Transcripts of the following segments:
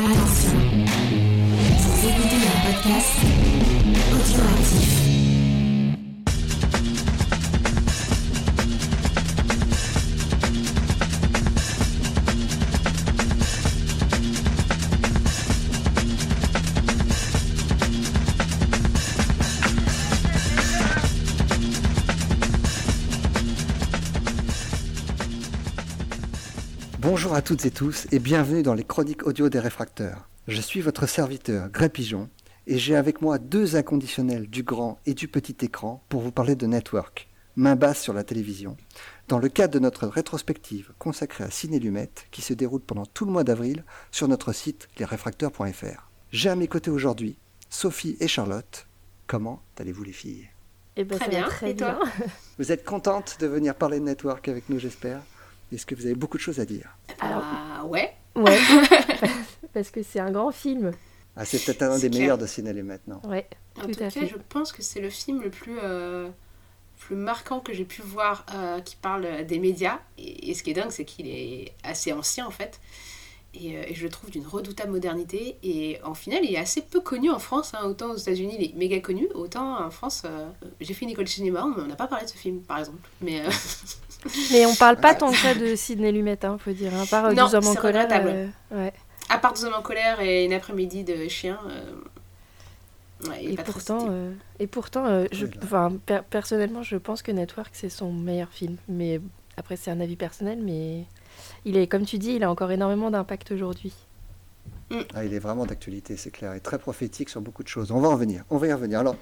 Attention, vous écoutez un podcast audioactif. Bonjour à toutes et tous et bienvenue dans les chroniques audio des réfracteurs. Je suis votre serviteur, Gré Pigeon, et j'ai avec moi deux inconditionnels du grand et du petit écran pour vous parler de Network, main basse sur la télévision, dans le cadre de notre rétrospective consacrée à Ciné Lumette qui se déroule pendant tout le mois d'avril sur notre site lesréfracteurs.fr. J'ai à mes côtés aujourd'hui Sophie et Charlotte. Comment allez-vous les filles ? Très bien, et toi ? Vous êtes contentes de venir parler de Network avec nous, j'espère ? Est-ce que vous avez beaucoup de choses à dire ? Alors, ouais, parce que c'est un grand film. Ah, c'est peut-être un des meilleurs de Ciné Lumette maintenant. Ouais, en tout cas, je pense que c'est le film le plus marquant que j'ai pu voir qui parle des médias. Et ce qui est dingue, c'est qu'il est assez ancien en fait. Et je le trouve d'une redoutable modernité. Et en final, il est assez peu connu en France. Autant aux États-Unis, il est méga connu. Autant en France, j'ai fait une école de cinéma, mais on n'a pas parlé de ce film, par exemple. Mais on parle pas tant que ça de Sidney Lumet, faut dire. À part non, 12 hommes en c'est colère. ouais. À part 12 hommes en colère et une après-midi de chien. Ouais, et pourtant, personnellement, je pense que Network, c'est son meilleur film. Mais après, c'est un avis personnel, mais il est, comme tu dis, il a encore énormément d'impact aujourd'hui. Ah, il est vraiment d'actualité, c'est clair, et très prophétique sur beaucoup de choses. On va y revenir. Alors,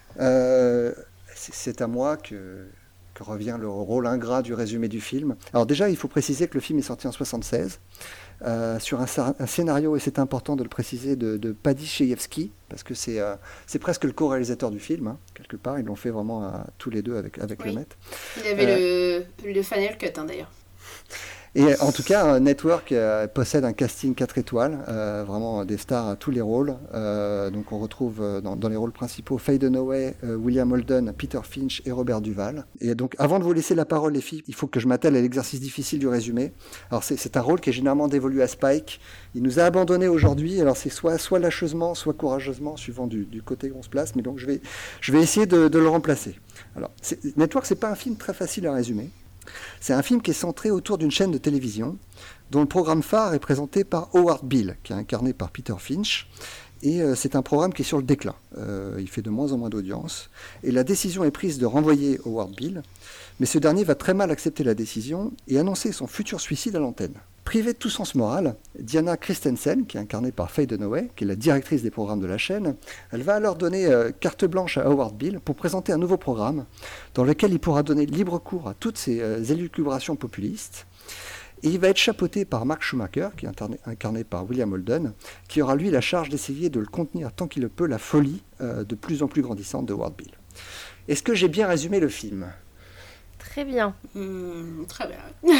c'est à moi que revient le rôle ingrat du résumé du film. Alors déjà, il faut préciser que le film est sorti en 1976, sur un scénario, et c'est important de le préciser, de Paddy Chayefsky, parce que c'est presque le co-réalisateur du film, quelque part. Ils l'ont fait vraiment tous les deux avec oui. Lumet. Il avait le Final Cut, d'ailleurs. Et en tout cas, Network possède un casting 4 étoiles, vraiment des stars à tous les rôles. Donc on retrouve dans les rôles principaux Faye Dunaway, William Holden, Peter Finch et Robert Duvall. Et donc avant de vous laisser la parole les filles, il faut que je m'attelle à l'exercice difficile du résumé. Alors c'est un rôle qui est généralement dévolu à Spike. Il nous a abandonnés aujourd'hui, alors c'est soit lâcheusement, soit courageusement, suivant du côté où on se place. Mais donc je vais essayer de le remplacer. Alors Network, c'est pas un film très facile à résumer. C'est un film qui est centré autour d'une chaîne de télévision dont le programme phare est présenté par Howard Beale, qui est incarné par Peter Finch. Et c'est un programme qui est sur le déclin. Il fait de moins en moins d'audience. Et la décision est prise de renvoyer Howard Beale. Mais ce dernier va très mal accepter la décision et annoncer son futur suicide à l'antenne. Privée de tout sens moral, Diana Christensen, qui est incarnée par Faye Dunaway, qui est la directrice des programmes de la chaîne, elle va alors donner carte blanche à Howard Beale pour présenter un nouveau programme dans lequel il pourra donner libre cours à toutes ses élucubrations populistes. Et il va être chapeauté par Mark Schumacher, qui est incarné par William Holden, qui aura lui la charge d'essayer de le contenir tant qu'il le peut, la folie de plus en plus grandissante de Howard Beale. Est-ce que j'ai bien résumé le film ? Très bien. Très bien.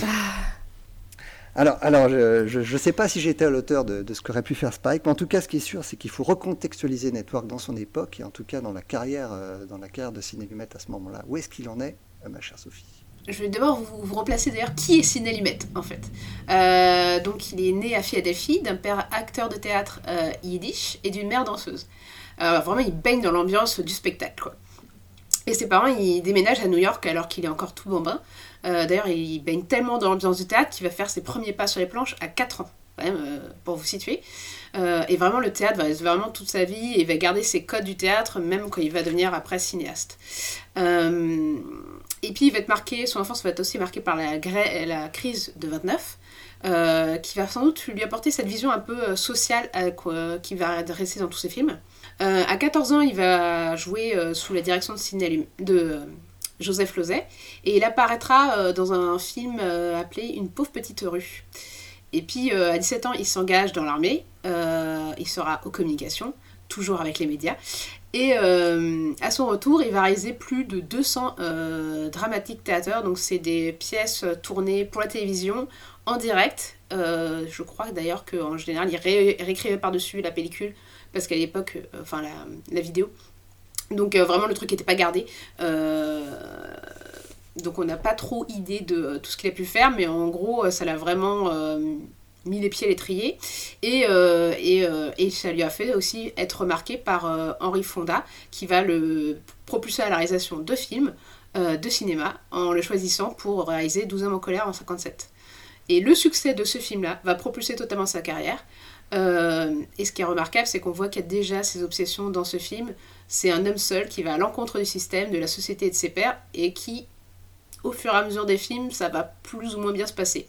Alors, je ne sais pas si j'étais à l'auteur de ce qu'aurait pu faire Spike, mais en tout cas, ce qui est sûr, c'est qu'il faut recontextualiser Network dans son époque, et en tout cas dans la carrière de Ciné Lumet à ce moment-là. Où est-ce qu'il en est, ma chère Sophie ? Je vais d'abord vous replacer d'ailleurs qui est Sidney Lumet, en fait. Donc, il est né à Philadelphie d'un père acteur de théâtre yiddish et d'une mère danseuse. Vraiment, il baigne dans l'ambiance du spectacle, quoi. Et ses parents, ils déménagent à New York alors qu'il est encore tout bambin. D'ailleurs, il baigne tellement dans l'ambiance du théâtre qu'il va faire ses premiers pas sur les planches à 4 ans, quand même, pour vous situer. Et vraiment, le théâtre va rester vraiment toute sa vie et il va garder ses codes du théâtre, même quand il va devenir après cinéaste. Et puis, son enfance va être aussi marquée par la crise de 29, qui va sans doute lui apporter cette vision un peu sociale qui va rester dans tous ses films. À 14 ans, il va jouer sous la direction de Joseph Losey, et il apparaîtra dans un film appelé Une pauvre petite rue. Et puis à 17 ans, il s'engage dans l'armée, il sera aux communications, toujours avec les médias, et à son retour, il va réaliser plus de 200 dramatic theater, donc c'est des pièces tournées pour la télévision en direct. Je crois d'ailleurs qu'en général, il réécrivait par-dessus la pellicule, parce qu'à l'époque, la vidéo, donc vraiment le truc n'était pas gardé. Donc on n'a pas trop idée de tout ce qu'il a pu faire, mais en gros ça l'a vraiment mis les pieds à l'étrier. Et ça lui a fait aussi être remarqué par Henry Fonda, qui va le propulser à la réalisation de films de cinéma, en le choisissant pour réaliser 12 hommes en colère en 1957. Et le succès de ce film-là va propulser totalement sa carrière. Et ce qui est remarquable, c'est qu'on voit qu'il y a déjà ses obsessions dans ce film. C'est un homme seul qui va à l'encontre du système, de la société et de ses pairs, et qui, au fur et à mesure des films, ça va plus ou moins bien se passer.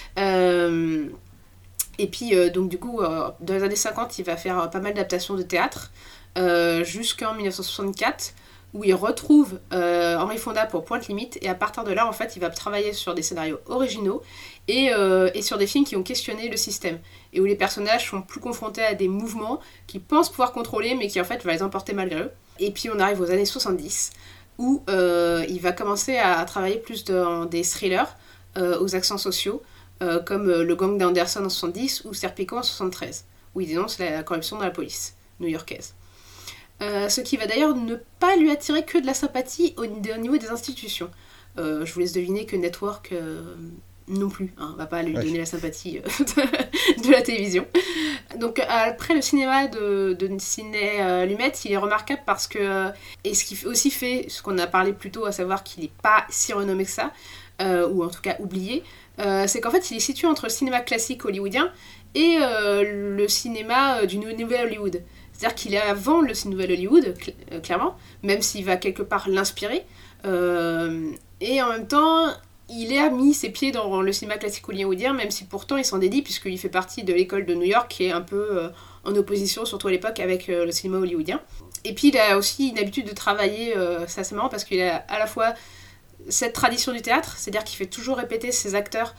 Et puis, donc du coup, dans les années 50, il va faire pas mal d'adaptations de théâtre, jusqu'en 1964, où il retrouve Henry Fonda pour Pointe Limite, et à partir de là, en fait, il va travailler sur des scénarios originaux et sur des films qui ont questionné le système, et où les personnages sont plus confrontés à des mouvements qu'ils pensent pouvoir contrôler, mais qui en fait va les emporter malgré eux. Et puis on arrive aux années 70, où il va commencer à travailler plus dans des thrillers aux accents sociaux, comme Le Gang d'Anderson en 70 ou Serpico en 73, où il dénonce la corruption dans la police new-yorkaise. Ce qui va d'ailleurs ne pas lui attirer que de la sympathie au niveau des institutions. Je vous laisse deviner que Network non plus, hein, va pas lui donner la sympathie de la télévision. Donc après le cinéma de Sidney Lumet, il est remarquable parce que, et ce qui aussi fait ce qu'on a parlé plus tôt, à savoir qu'il n'est pas si renommé que ça, ou en tout cas oublié, c'est qu'en fait il est situé entre le cinéma classique hollywoodien et le cinéma du Nouvel Hollywood. C'est-à-dire qu'il est avant le Nouvel Hollywood, clairement, même s'il va quelque part l'inspirer. Et en même temps, il a mis ses pieds dans le cinéma classique hollywoodien, même si pourtant il s'en dédie, puisqu'il fait partie de l'école de New York, qui est un peu en opposition, surtout à l'époque, avec le cinéma hollywoodien. Et puis il a aussi une habitude de travailler, c'est assez marrant, parce qu'il a à la fois cette tradition du théâtre, c'est-à-dire qu'il fait toujours répéter ses acteurs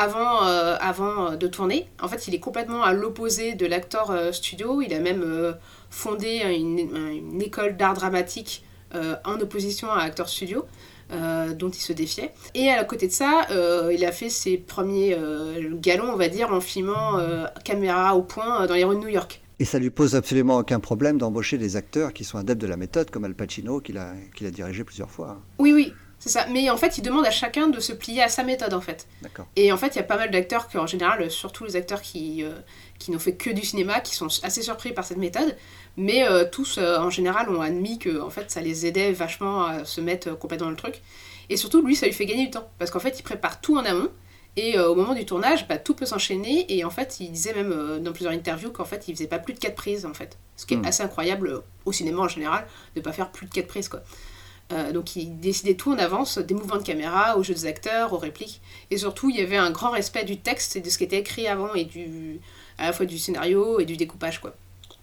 avant de tourner. En fait, il est complètement à l'opposé de l'acteur studio. Il a même fondé une école d'art dramatique en opposition à l'acteur studio, dont il se défiait. Et à côté de ça, il a fait ses premiers galons, on va dire, en filmant caméra au point dans les rues de New York. Et ça lui pose absolument aucun problème d'embaucher des acteurs qui sont adeptes de la méthode, comme Al Pacino, qu'il a dirigé plusieurs fois. Oui. C'est ça, mais en fait, il demande à chacun de se plier à sa méthode, en fait. D'accord. Et en fait, il y a pas mal d'acteurs qui, en général, surtout les acteurs qui n'ont fait que du cinéma, qui sont assez surpris par cette méthode, mais tous, en général, ont admis que en fait, ça les aidait vachement à se mettre complètement dans le truc. Et surtout, lui, ça lui fait gagner du temps, parce qu'en fait, il prépare tout en amont, et au moment du tournage, tout peut s'enchaîner, et en fait, il disait même dans plusieurs interviews qu'en fait, il faisait pas plus de 4 prises, en fait. Ce qui est assez incroyable, au cinéma en général, de pas faire plus de 4 prises, quoi. Donc il décidait tout en avance, des mouvements de caméra, aux jeux des acteurs, aux répliques, et surtout il y avait un grand respect du texte et de ce qui était écrit avant, et à la fois du scénario et du découpage, quoi.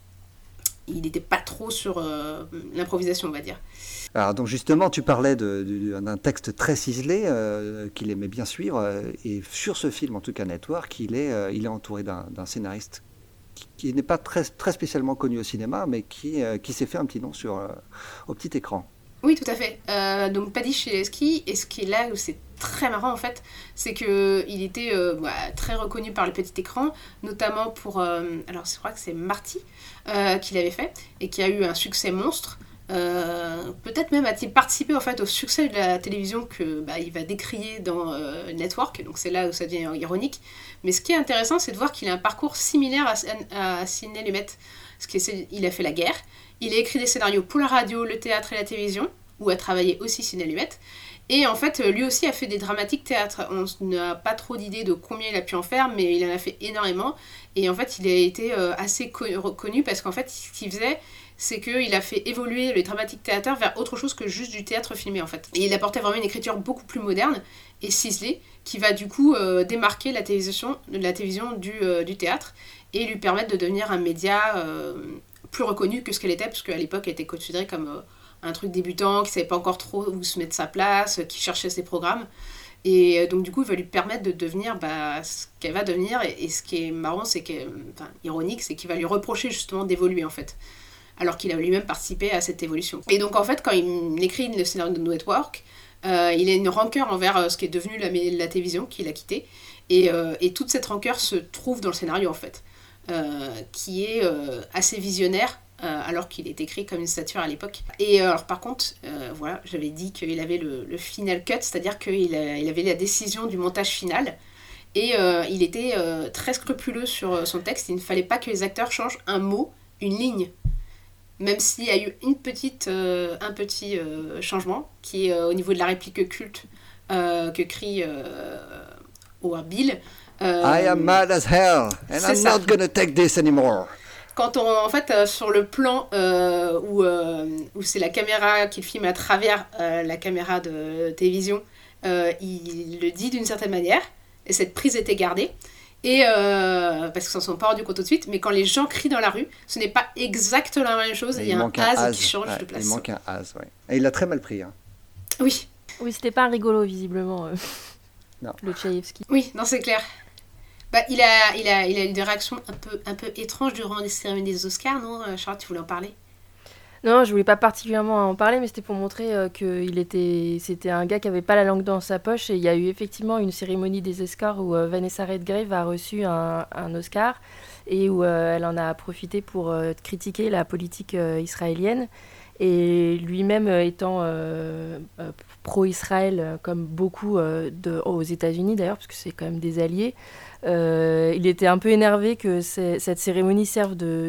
Il n'était pas trop sur l'improvisation, on va dire. Alors donc justement, tu parlais d'un texte très ciselé qu'il aimait bien suivre, et sur ce film, en tout cas Network, il est entouré d'un scénariste qui n'est pas très, très spécialement connu au cinéma, mais qui s'est fait un petit nom au petit écran. Oui, tout à fait. Donc Paddy Chayefsky, et ce qui est là où c'est très marrant en fait, c'est qu'il était très reconnu par le petit écran, notamment pour, alors je crois que c'est Marty qu'il avait fait, et qui a eu un succès monstre. Peut-être même a-t-il participé en fait au succès de la télévision il va décrier dans Network, donc c'est là où ça devient ironique. Mais ce qui est intéressant, c'est de voir qu'il a un parcours similaire à Sidney Lumet. Il a fait la guerre, il a écrit des scénarios pour la radio, le théâtre et la télévision, où a travaillé aussi Sidney Lumet. Et en fait, lui aussi a fait des dramatiques théâtre. On n'a pas trop d'idée de combien il a pu en faire, mais il en a fait énormément. Et en fait, il a été assez reconnu parce qu'en fait, ce qu'il faisait, c'est qu'il a fait évoluer le dramatique théâtre vers autre chose que juste du théâtre filmé, en fait. Et il apportait vraiment une écriture beaucoup plus moderne et ciselée, qui va du coup démarquer la télévision du théâtre et lui permettre de devenir un média plus reconnu que ce qu'elle était, parce qu'à l'époque, elle était considérée comme un truc débutant, qui savait pas encore trop où se mettre sa place, qui cherchait ses programmes. Et donc du coup, il va lui permettre de devenir ce qu'elle va devenir. Et ce qui est marrant, ironique, c'est qu'il va lui reprocher justement d'évoluer, en fait, alors qu'il a lui-même participé à cette évolution. Et donc en fait, quand il écrit le scénario de Network, il a une rancœur envers ce qui est devenu la télévision, qu'il a quitté. Et toute cette rancœur se trouve dans le scénario, en fait, qui est assez visionnaire, alors qu'il est écrit comme une stature à l'époque. Et alors par contre, j'avais dit qu'il avait le final cut, c'est-à-dire qu'il avait la décision du montage final. Et il était très scrupuleux sur son texte. Il ne fallait pas que les acteurs changent un mot, une ligne. Même s'il y a eu un petit changement, qui est au niveau de la réplique culte que crie Howard Beale. I am mad as hell, and I'm not gonna take this anymore. Quand en fait, sur le plan où c'est la caméra qui le filme à travers la caméra de télévision, il le dit d'une certaine manière, et cette prise était gardée. Et parce qu'ils s'en sont pas rendus compte tout de suite, mais quand les gens crient dans la rue, ce n'est pas exactement la même chose. Il y a un as qui change de place. Il manque un as, ouais. Et il l'a très mal pris. Hein. Oui. Oui, c'était pas un rigolo, visiblement, non. Le Tchaïevski. Oui, non, c'est clair. Il a eu des réactions un peu étranges durant les cérémonies des Oscars, non Charlotte, tu voulais en parler ? Non, je voulais pas particulièrement en parler, mais c'était pour montrer c'était un gars qui avait pas la langue dans sa poche. Et il y a eu effectivement une cérémonie des Oscars où Vanessa Redgrave a reçu un Oscar et où elle en a profité pour critiquer la politique israélienne. Et lui-même étant pro-Israël, comme beaucoup aux États-Unis d'ailleurs, parce que c'est quand même des alliés, il était un peu énervé que cette cérémonie serve de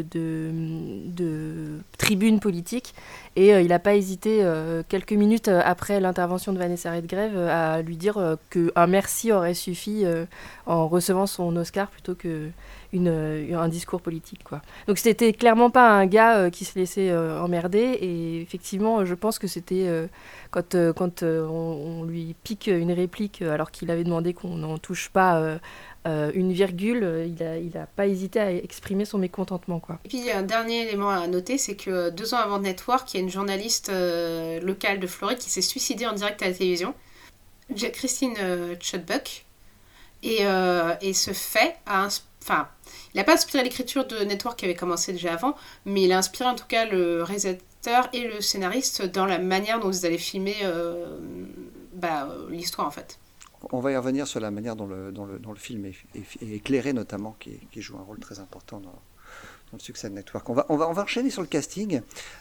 tribune politique. Et il n'a pas hésité, quelques minutes après l'intervention de Vanessa Redgrave, à lui dire qu'un merci aurait suffi en recevant son Oscar plutôt qu'un discours politique, quoi. Donc c'était clairement pas un gars qui se laissait emmerder. Et effectivement, je pense que c'était quand on lui pique une réplique alors qu'il avait demandé qu'on n'en touche pas une virgule, il a pas hésité à exprimer son mécontentement, quoi. Et puis un dernier élément à noter, c'est que 2 ans avant Network, il y a une journaliste locale de Floride qui s'est suicidée en direct à la télévision, Christine Chudbuck, et ce fait il n'a pas inspiré l'écriture de Network qui avait commencé déjà avant, mais il a inspiré en tout cas le réalisateur et le scénariste dans la manière dont ils allaient filmer l'histoire en fait. On va y revenir sur la manière dont le film est éclairé notamment, qui joue un rôle très important dans le succès de Network. On va enchaîner sur le casting.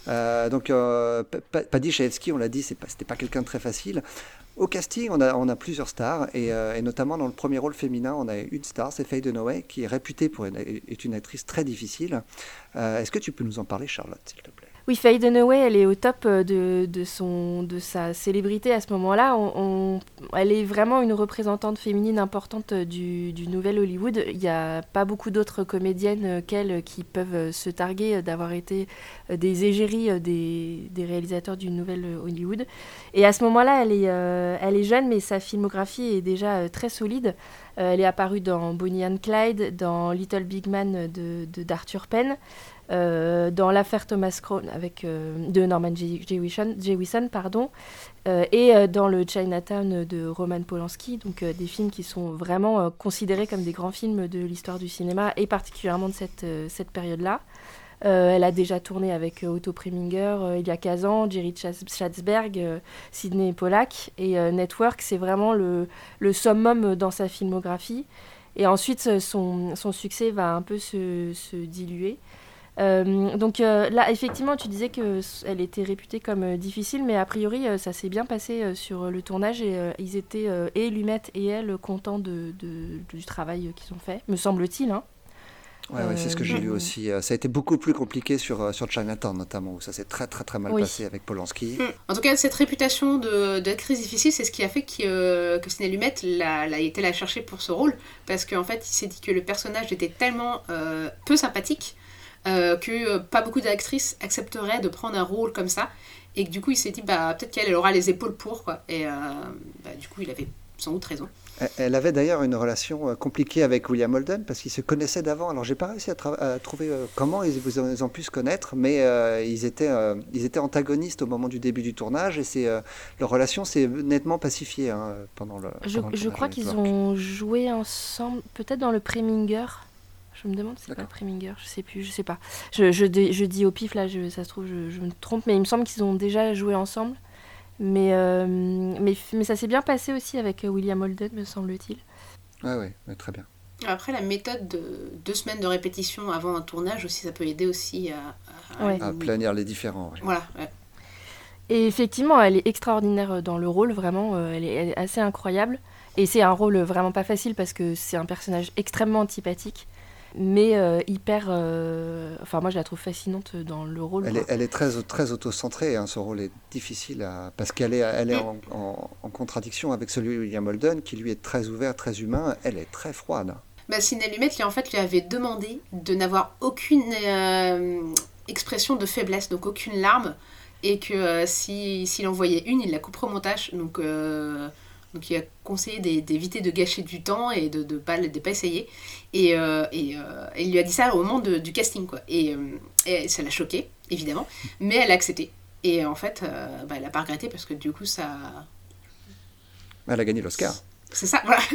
Paddy Chayefsky, on l'a dit, c'était pas quelqu'un de très facile. Au casting, on a plusieurs stars, et notamment dans le premier rôle féminin, on a une star, c'est Faye Dunaway, qui est réputée est une actrice très difficile. Est-ce que tu peux nous en parler, Charlotte, s'il te plaît ? Oui, Faye Dunaway, elle est au top de sa célébrité à ce moment-là. Elle est vraiment une représentante féminine importante du nouvel Hollywood. Il n'y a pas beaucoup d'autres comédiennes qu'elle qui peuvent se targuer d'avoir été des égéries des réalisateurs du nouvel Hollywood. Et à ce moment-là, elle est jeune, mais sa filmographie est déjà très solide. Elle est apparue dans Bonnie and Clyde, dans Little Big Man d'Arthur Penn, dans l'affaire Thomas Crown de Norman Jewison, et dans le Chinatown de Roman Polanski, donc des films qui sont vraiment considérés comme des grands films de l'histoire du cinéma et particulièrement de cette période-là. Elle a déjà tourné avec Otto Preminger il y a 15 ans, Jerry Schatzberg, Sidney Pollack, et Network, c'est vraiment le summum dans sa filmographie. Et ensuite, son succès va un peu se diluer. Là, effectivement, tu disais qu'elle était réputée comme difficile, mais a priori, ça s'est bien passé sur le tournage, et ils étaient, et Lumet et elle, contents du travail qu'ils ont fait, me semble-t-il, hein. Ouais, c'est ce que j'ai lu aussi. Ça a été beaucoup plus compliqué sur Chinatown, notamment, où ça s'est très très très mal passé avec Polanski. En tout cas, cette réputation d'actrice difficile, c'est ce qui a fait que Sidney Lumet a été la chercher pour ce rôle, parce qu'en fait, il s'est dit que le personnage était tellement peu sympathique que pas beaucoup d'actrices accepteraient de prendre un rôle comme ça, et que du coup, il s'est dit peut-être qu'elle aura les épaules pour, quoi. Et du coup, il avait sans doute raison. Elle avait d'ailleurs une relation compliquée avec William Holden parce qu'ils se connaissaient d'avant. Alors j'ai pas réussi à trouver comment ils ont pu se connaître, mais ils étaient antagonistes au moment du début du tournage, et leur relation s'est nettement pacifiée pendant le tournage. Je crois qu'ils ont joué ensemble, peut-être dans le Preminger. Je me demande si c'est pas le Preminger, je sais pas. Je dis au pif là, ça se trouve je me trompe, mais il me semble qu'ils ont déjà joué ensemble. Mais ça s'est bien passé aussi avec William Holden, me semble-t-il. Ouais, très bien. Après, la méthode de 2 semaines de répétition avant un tournage aussi, ça peut aider aussi à planir les différents. Ouais. Voilà. Ouais. Et effectivement, elle est extraordinaire dans le rôle, vraiment, elle est assez incroyable. Et c'est un rôle vraiment pas facile parce que c'est un personnage extrêmement antipathique, mais hyper... Enfin, moi, je la trouve fascinante dans le rôle. Elle est très, très auto-centrée, hein, ce rôle est difficile parce qu'elle est, en contradiction avec celui de William Holden, qui lui est très ouvert, très humain. Elle est très froide. Sidney Lumet, lui avait demandé de n'avoir aucune expression de faiblesse, donc aucune larme, et que s'il en voyait une, il la couperait au montage. Donc il a conseillé d'éviter de gâcher du temps et de ne pas essayer. Et il lui a dit ça au moment du casting, quoi. Et ça l'a choquée, évidemment, mais elle a accepté. Et en fait, elle n'a pas regretté parce que du coup, ça... Elle a gagné l'Oscar. C'est ça, voilà.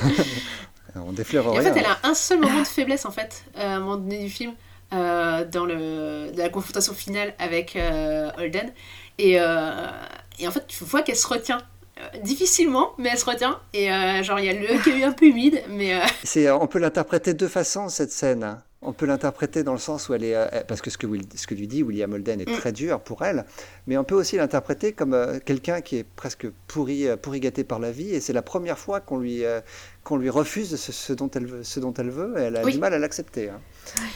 On défleure rien. rien. En fait, elle a un seul moment de faiblesse, en fait, à un moment donné du film, dans la confrontation finale avec Holden. Et en fait, tu vois qu'elle se retient. Difficilement, mais elle se retient. Et genre, il y a l'œil qui est un peu humide, mais... On peut l'interpréter de deux façons, cette scène. On peut l'interpréter dans le sens où elle est... parce que ce que lui dit William Holden est très dur pour elle, mais on peut aussi l'interpréter comme quelqu'un qui est presque pourri gâté par la vie, et c'est la première fois qu'on lui refuse ce dont elle veut, et elle a du mal à l'accepter. Hein.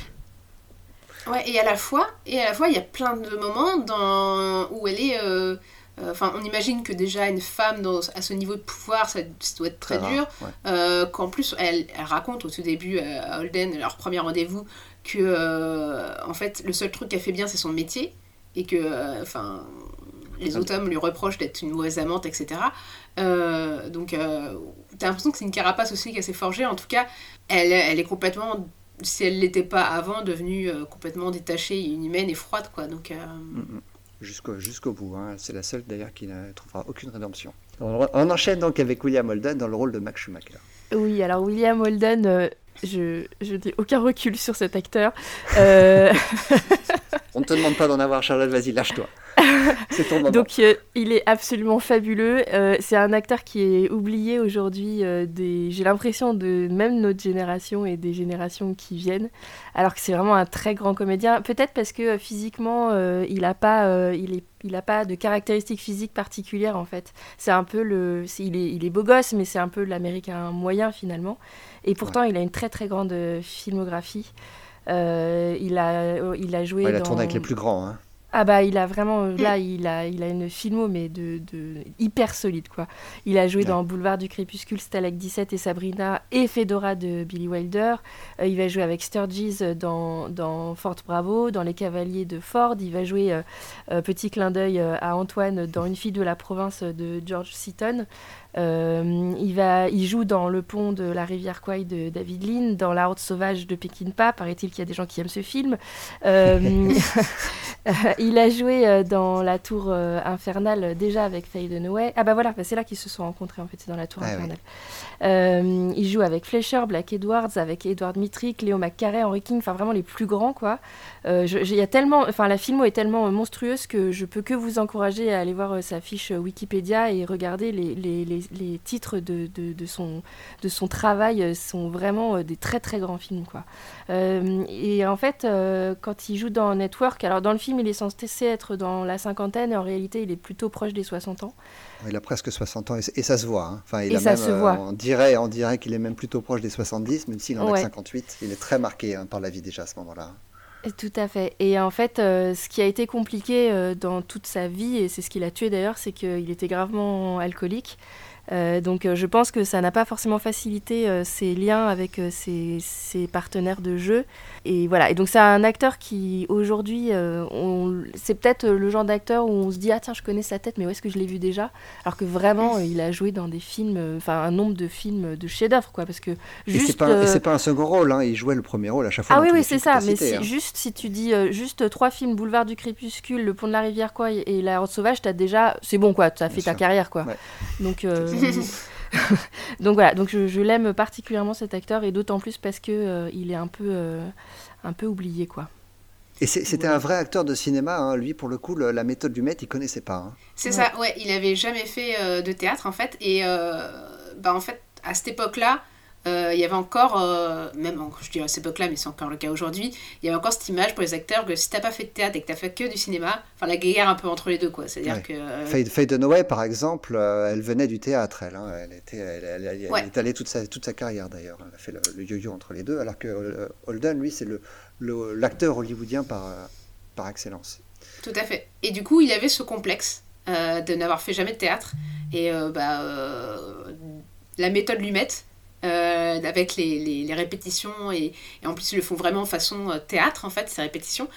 Ouais, et à la fois, il y a plein de moments où elle est... on imagine que déjà une femme à ce niveau de pouvoir, ça doit être très dur. Ouais. Qu'en plus, elle raconte au tout début à Holden, leur premier rendez-vous, que en fait, le seul truc qu'elle fait bien, c'est son métier. Et que les autres hommes lui reprochent d'être une mauvaise amante, etc. Donc, t'as l'impression que c'est une carapace aussi qu'elle s'est forgée. En tout cas, elle est complètement... Si elle ne l'était pas avant, devenue complètement détachée, inhumaine et froide, quoi. Donc... Jusqu'au bout. Hein. C'est la seule d'ailleurs qui ne trouvera aucune rédemption. On enchaîne donc avec William Holden dans le rôle de Max Schumacher. Oui, alors William Holden, je n'ai aucun recul sur cet acteur. On ne te demande pas d'en avoir, Charlotte, vas-y, lâche-toi. C'est ton moment. Donc il est absolument fabuleux. C'est un acteur qui est oublié aujourd'hui, j'ai l'impression de même notre génération et des générations qui viennent, alors que c'est vraiment un très grand comédien. Peut-être parce que physiquement, il n'a pas de caractéristiques physiques particulières en fait. C'est un peu il est beau gosse, mais c'est un peu l'américain moyen finalement. Et pourtant, il a une très très grande filmographie. Il a joué il a tourné avec les plus grands, hein. Ah bah il a vraiment là il a une filmo mais de hyper solide quoi. Il a joué dans Boulevard du Crépuscule, Stalag 17 et Sabrina et Fedora de Billy Wilder. Il va jouer avec Sturgis dans Fort Bravo, dans Les Cavaliers de Ford. Il va jouer petit clin d'œil à Antoine dans Une fille de la province de George Seaton. Il joue dans Le pont de la rivière Kwai de David Lean, dans La Horde sauvage de Peckinpah. Paraît-il qu'il y a des gens qui aiment ce film. Il a joué dans La Tour infernale déjà avec Faye Dunaway. Ah bah voilà, c'est là qu'ils se sont rencontrés en fait, c'est dans La Tour infernale. Oui. Il joue avec Fleischer, Black Edwards, avec Edward Mitrick, Léo McCarey, Henry King, enfin vraiment les plus grands quoi. Y a tellement, la filmo est tellement monstrueuse que je peux que vous encourager à aller voir sa fiche Wikipédia et regarder les titres de son travail sont vraiment des très très grands films quoi. Et en fait quand il joue dans Network, alors dans le film il est censé être dans la cinquantaine et en réalité il est plutôt proche des 60 ans. Il a presque 60 ans et ça se voit. Hein. Enfin, se voit. On dirait qu'il est même plutôt proche des 70, même s'il en a que 58. Il est très marqué par la vie déjà à ce moment-là. Tout à fait. Et en fait, ce qui a été compliqué dans toute sa vie, et c'est ce qui l'a tué d'ailleurs, c'est qu'il était gravement alcoolique. Donc je pense que ça n'a pas forcément facilité ses liens avec ses partenaires de jeu. Et voilà. Et donc c'est un acteur qui aujourd'hui, c'est peut-être le genre d'acteur où on se dit ah tiens je connais sa tête mais où est-ce que je l'ai vu déjà, alors que vraiment il a joué dans des films, un nombre de films de chefs-d'œuvre quoi, parce que juste. Et c'est pas un second rôle, hein, il jouait le premier rôle à chaque fois. Ah oui c'est ça. Mais si tu dis juste 3 films, Boulevard du Crépuscule, Le pont de la rivière Kwai et La Horde sauvage, t'as déjà c'est bon quoi, t'as fait ta carrière quoi. Ouais. Donc donc voilà, donc je l'aime particulièrement cet acteur et d'autant plus parce que il est un peu oublié quoi. Et c'était un vrai acteur de cinéma, hein. Lui pour le coup la méthode du maître il connaissait pas. Hein. C'est ça, ouais, il avait jamais fait de théâtre en fait et en fait à cette époque-là il y avait encore, je dis à cette époque-là, mais c'est encore le cas aujourd'hui, il y avait encore cette image pour les acteurs que si t'as pas fait de théâtre et que t'as fait que du cinéma, enfin la guerre un peu entre les deux, quoi. C'est-à-dire que... Faye Dunaway, par exemple, elle venait du théâtre, elle. Hein. Elle est allée toute sa carrière, d'ailleurs. Elle a fait le yo-yo entre les deux, alors que Holden, lui, c'est l'acteur hollywoodien par excellence. Tout à fait. Et du coup, il avait ce complexe de n'avoir fait jamais de théâtre. Et la méthode Lumet, avec les répétitions, et en plus ils le font vraiment façon théâtre, en fait, ces répétitions,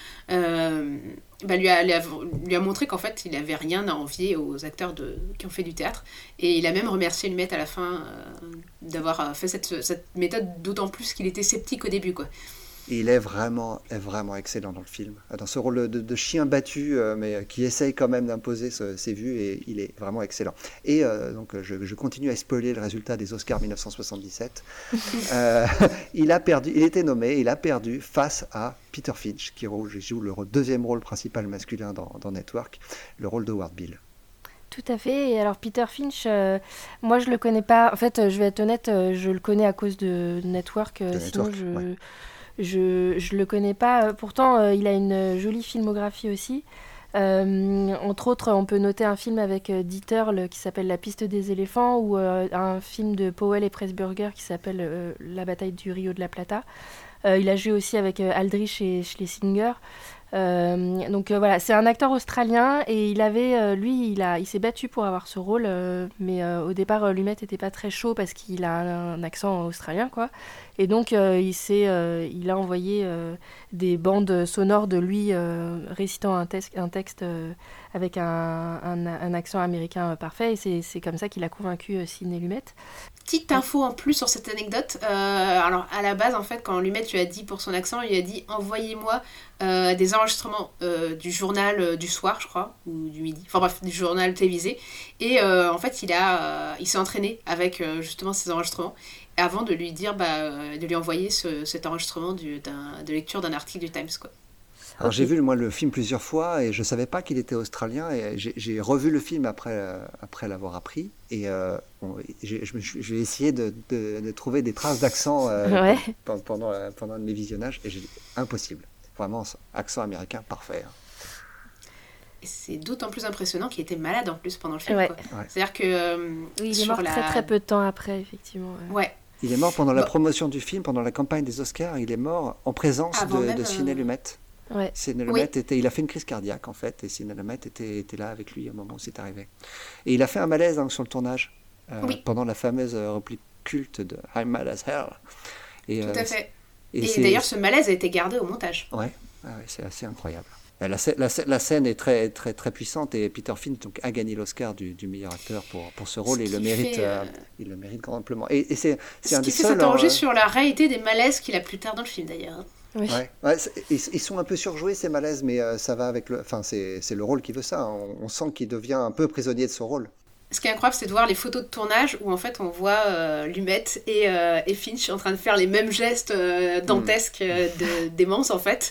lui a montré qu'en fait, il n'avait rien à envier aux acteurs qui ont fait du théâtre. Et il a même remercié Lumet à la fin d'avoir fait cette méthode, d'autant plus qu'il était sceptique au début, quoi. Et il est vraiment excellent dans le film, dans ce rôle de chien battu, mais qui essaye quand même d'imposer ses vues, et il est vraiment excellent. Et donc je continue à spoiler le résultat des Oscars 1977. Il était nommé, il a perdu face à Peter Finch, qui joue le deuxième rôle principal masculin dans Network, le rôle de Ward Bill. Tout à fait. Et alors Peter Finch, moi je le connais pas. En fait, je vais être honnête, je le connais à cause de Network. Sinon, ouais. Je le connais pas. Pourtant, il a une jolie filmographie aussi. Entre autres, on peut noter un film avec Dieter qui s'appelle La piste des éléphants, ou un film de Powell et Pressburger qui s'appelle La bataille du Rio de la Plata. Il a joué aussi avec Aldrich et Schlesinger. Donc voilà, c'est un acteur australien, et il s'est battu pour avoir ce rôle, mais au départ Lumet n'était pas très chaud parce qu'il a un accent australien, quoi. Et donc il a envoyé des bandes sonores de lui récitant un texte avec un accent américain parfait, et c'est comme ça qu'il a convaincu Sidney Lumet. Petite info en plus sur cette anecdote. Alors à la base, en fait, quand Lumet lui a dit pour son accent, il lui a dit envoyez-moi des enregistrements du journal du soir, je crois, ou du midi, enfin bref, du journal télévisé. Et en fait, il s'est entraîné avec justement ces enregistrements avant de lui dire, de lui envoyer cet enregistrement de lecture d'un article du Times, quoi. Alors j'ai vu le film plusieurs fois, et je ne savais pas qu'il était australien, et j'ai revu le film après l'avoir appris, et j'ai essayé de trouver des traces d'accent pendant un de mes visionnages, et j'ai dit impossible, vraiment accent américain parfait. Et c'est d'autant plus impressionnant qu'il était malade en plus pendant le film. Ouais. Quoi. C'est-à-dire que... il est mort très très peu de temps après, effectivement. Ouais. Il est mort pendant la promotion du film, pendant la campagne des Oscars, il est mort en présence de Sidney Lumet. Ouais. Sidney Lumet il a fait une crise cardiaque en fait, et Sidney Lumet était là avec lui au moment où c'est arrivé. Et il a fait un malaise sur le tournage, pendant la fameuse réplique culte de I'm mad as hell. Tout à fait. Et d'ailleurs, ce malaise a été gardé au montage. Ouais, c'est assez incroyable. La scène est très, très, très puissante, et Peter Finch a gagné l'Oscar du meilleur acteur pour ce rôle, et il le mérite grand amplement. Et c'est un des seuls... Ce qui fait s'interroger sur la réalité des malaises qu'il a plus tard dans le film, d'ailleurs. Oui. Ils sont un peu surjoués, ces malaises, mais ça va avec c'est le rôle qui veut ça. On sent qu'il devient un peu prisonnier de son rôle. Ce qui est incroyable, c'est de voir les photos de tournage où en fait on voit Lumet et Finch en train de faire les mêmes gestes dantesques démence en fait.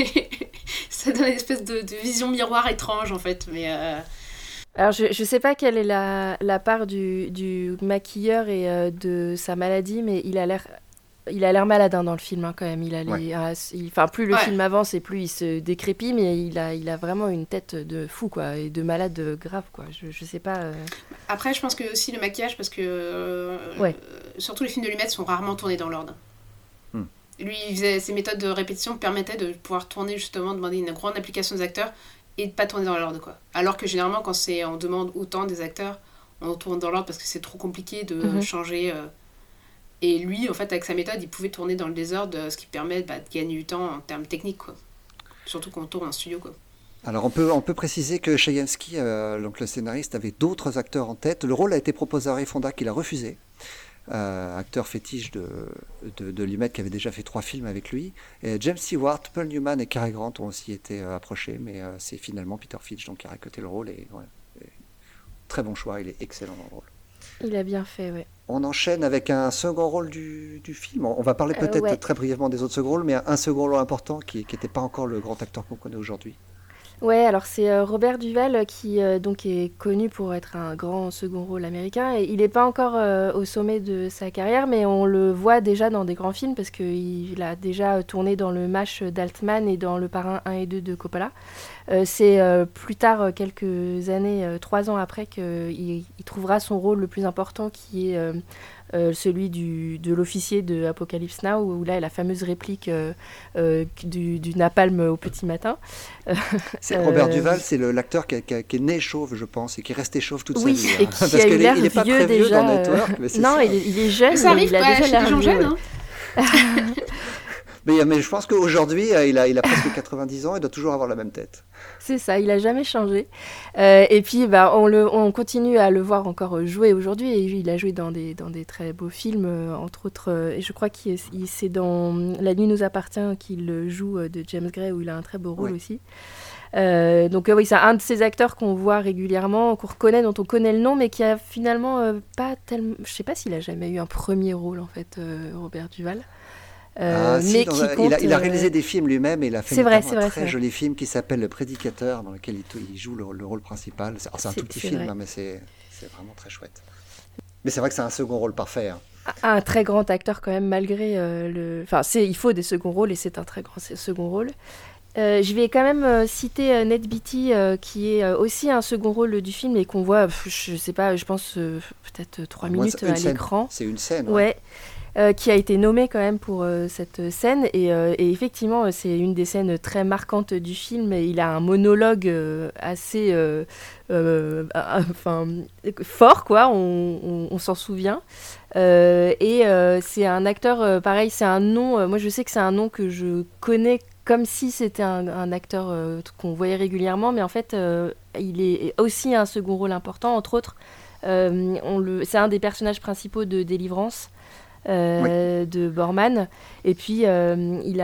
Ça donne une espèce de vision miroir étrange en fait, mais... Alors je sais pas quelle est la part du maquilleur et de sa maladie, mais il a l'air malade dans le film, quand même. Plus le film avance et plus il se décrépit, mais il a vraiment une tête de fou, quoi, et de malade grave, quoi. Je sais pas. Après, je pense que aussi le maquillage, parce que surtout les films de Lumet sont rarement tournés dans l'ordre. Lui, ses méthodes de répétition permettaient de pouvoir tourner, justement, demander une grande application aux acteurs et de pas tourner dans l'ordre, quoi. Alors que généralement, quand on demande autant des acteurs, on tourne dans l'ordre parce que c'est trop compliqué de changer. Et lui, en fait, avec sa méthode, il pouvait tourner dans le désordre, ce qui permet de gagner du temps en termes techniques, quoi. Surtout quand on tourne en studio, quoi. Alors on peut préciser que Chayefsky, donc le scénariste, avait d'autres acteurs en tête. Le rôle a été proposé à Ray Fonda, qu'il a refusé. Acteur fétiche de Lumet, qui avait déjà fait 3 films avec lui. Et James Stewart, Paul Newman et Cary Grant ont aussi été approchés, mais c'est finalement Peter Finch qui a racoté le rôle. Et très bon choix, il est excellent dans le rôle. Il a bien fait, oui. On enchaîne avec un second rôle du film. On va parler peut-être très brièvement des autres seconds rôles, mais un second rôle important qui n'était pas encore le grand acteur qu'on connaît aujourd'hui. Ouais, alors c'est Robert Duvall qui donc est connu pour être un grand second rôle américain. Et il n'est pas encore au sommet de sa carrière, mais on le voit déjà dans des grands films parce qu'il a déjà tourné dans le MASH d'Altman et dans Le Parrain 1 et 2 de Coppola. C'est plus tard, quelques années, 3 ans après, qu'il trouvera son rôle le plus important qui est celui de l'officier de Apocalypse Now, où là, la fameuse réplique du napalm au petit matin. C'est Robert Duvall, c'est l'acteur qui est né chauve, je pense, et qui est resté chauve toute oui, sa vie. et qui a eu l'air vieux pas très déjà. Vieux dans Network, mais non, ça. Il est jeune, ça arrive il a déjà chez l'air des gens vieux. jeunes. Hein. Mais je pense qu'aujourd'hui, il a presque 90 ans, il doit toujours avoir la même tête. C'est ça, il a jamais changé. Et puis, on continue à le voir encore jouer aujourd'hui. Et il a joué dans des très beaux films, entre autres. Et je crois que c'est dans La nuit nous appartient qu'il joue de James Gray, où il a un très beau rôle aussi. Donc oui, c'est un de ces acteurs qu'on voit régulièrement, qu'on reconnaît, dont on connaît le nom, mais qui a finalement pas tellement... Je sais pas s'il a jamais eu un premier rôle, en fait, Robert Duvall. Mais il a réalisé des films lui-même et il a fait un très joli film qui s'appelle Le Prédicateur, dans lequel il joue le rôle principal. C'est un tout petit film, hein, mais c'est vraiment très chouette. Mais c'est vrai que c'est un second rôle parfait. Hein. Un très grand acteur quand même, malgré le... Enfin, il faut des seconds rôles et c'est un très grand second rôle. Je vais quand même citer Ned Beatty, qui est aussi un second rôle du film et qu'on voit, je sais pas, je pense peut-être 3 minutes à l'écran. C'est une scène. Ouais. Qui a été nommé quand même pour cette scène et effectivement c'est une des scènes très marquantes du film. Et il a un monologue assez fort, quoi, on s'en souvient. C'est un acteur, pareil, c'est un nom, moi je sais que c'est un nom que je connais comme si c'était un acteur qu'on voyait régulièrement, mais en fait il est aussi un second rôle important, entre autres. C'est un des personnages principaux de Délivrance. De Borman, et puis il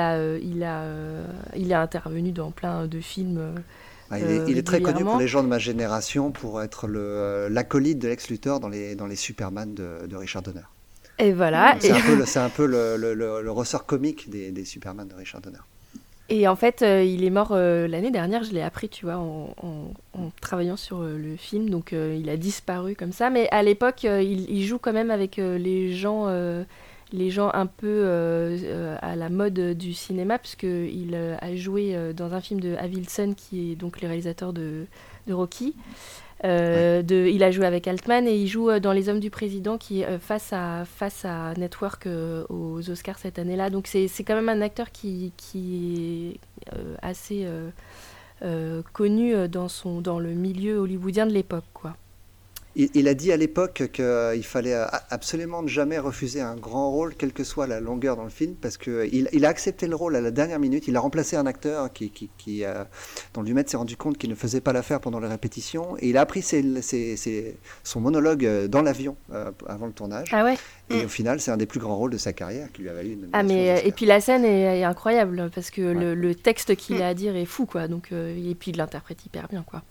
a intervenu dans plein de films. Il est très connu pour les gens de ma génération pour être l'acolyte de Lex Luthor dans les Superman de Richard Donner. Et voilà. C'est un peu le ressort comique des Superman de Richard Donner. Et en fait, il est mort l'année dernière, je l'ai appris, tu vois, en travaillant sur le film, donc il a disparu comme ça. Mais à l'époque, il joue quand même avec les gens un peu à la mode du cinéma, puisqu'il a joué dans un film de Avildsen, qui est donc le réalisateur de Rocky. Il a joué avec Altman et il joue dans Les Hommes du Président qui est face à Network aux Oscars cette année-là. Donc c'est quand même un acteur qui est assez connu dans le milieu hollywoodien de l'époque, quoi. Il a dit à l'époque qu'il fallait absolument ne jamais refuser un grand rôle, quelle que soit la longueur dans le film, parce qu'il a accepté le rôle à la dernière minute. Il a remplacé un acteur dont Lumet s'est rendu compte qu'il ne faisait pas l'affaire pendant les répétitions. Et il a appris son monologue dans l'avion avant le tournage. Ah ouais. Et au final, c'est un des plus grands rôles de sa carrière qui lui a valu une nomination. Et puis la scène est incroyable, parce que le texte qu'il a à dire est fou, quoi. Donc, et puis il l'interprète hyper bien, quoi.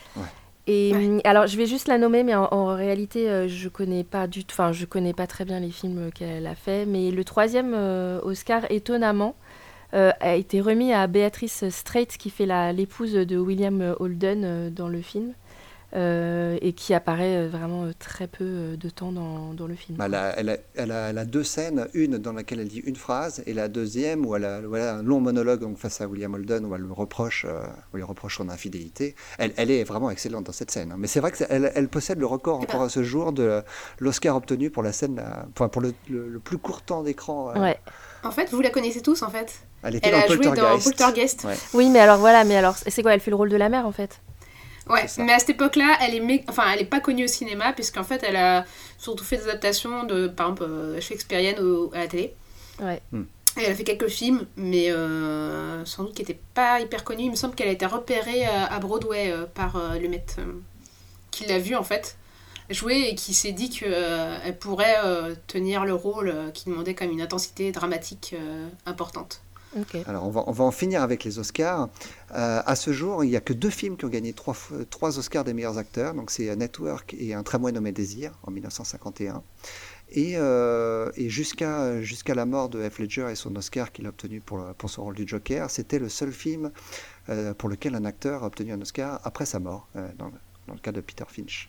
Alors je vais juste la nommer, mais en réalité je connais pas très bien les films qu'elle a fait, mais le 3e Oscar, étonnamment, a été remis à Beatrice Straight, qui fait l'épouse de William Holden dans le film, et qui apparaît vraiment très peu de temps dans le film. Elle a 2 scènes, une dans laquelle elle dit une phrase, et la deuxième où elle a un long monologue donc, face à William Holden, où elle lui reproche son infidélité. Elle est vraiment excellente dans cette scène. Hein. Mais c'est vrai qu'elle possède le record encore à ce jour de l'Oscar obtenu pour la scène, pour le plus court temps d'écran. Ouais. En fait, vous la connaissez tous, en fait. Elle a joué dans Poltergeist. Ouais. Oui, mais alors c'est quoi? Elle fait le rôle de la mère, en fait. Ouais, mais à cette époque-là, elle est pas connue au cinéma, puisqu'en fait, elle a surtout fait des adaptations de, par exemple, shakespeariennes à la télé. Ouais. Et elle a fait quelques films, mais sans doute qui n'étaient pas hyper connus. Il me semble qu'elle a été repérée à Broadway par Lumet, qui l'a vue, en fait, jouer et qui s'est dit qu'elle pourrait tenir le rôle qui demandait quand même une intensité dramatique importante. Okay. Alors on va en finir avec les Oscars. À ce jour, il n'y a que 2 films qui ont gagné 3 Oscars des meilleurs acteurs. Donc c'est Network et Un tramway nommé Désir en 1951. Et jusqu'à la mort de Heath Ledger et son Oscar qu'il a obtenu pour son rôle du Joker, c'était le seul film pour lequel un acteur a obtenu un Oscar après sa mort, dans le cas de Peter Finch.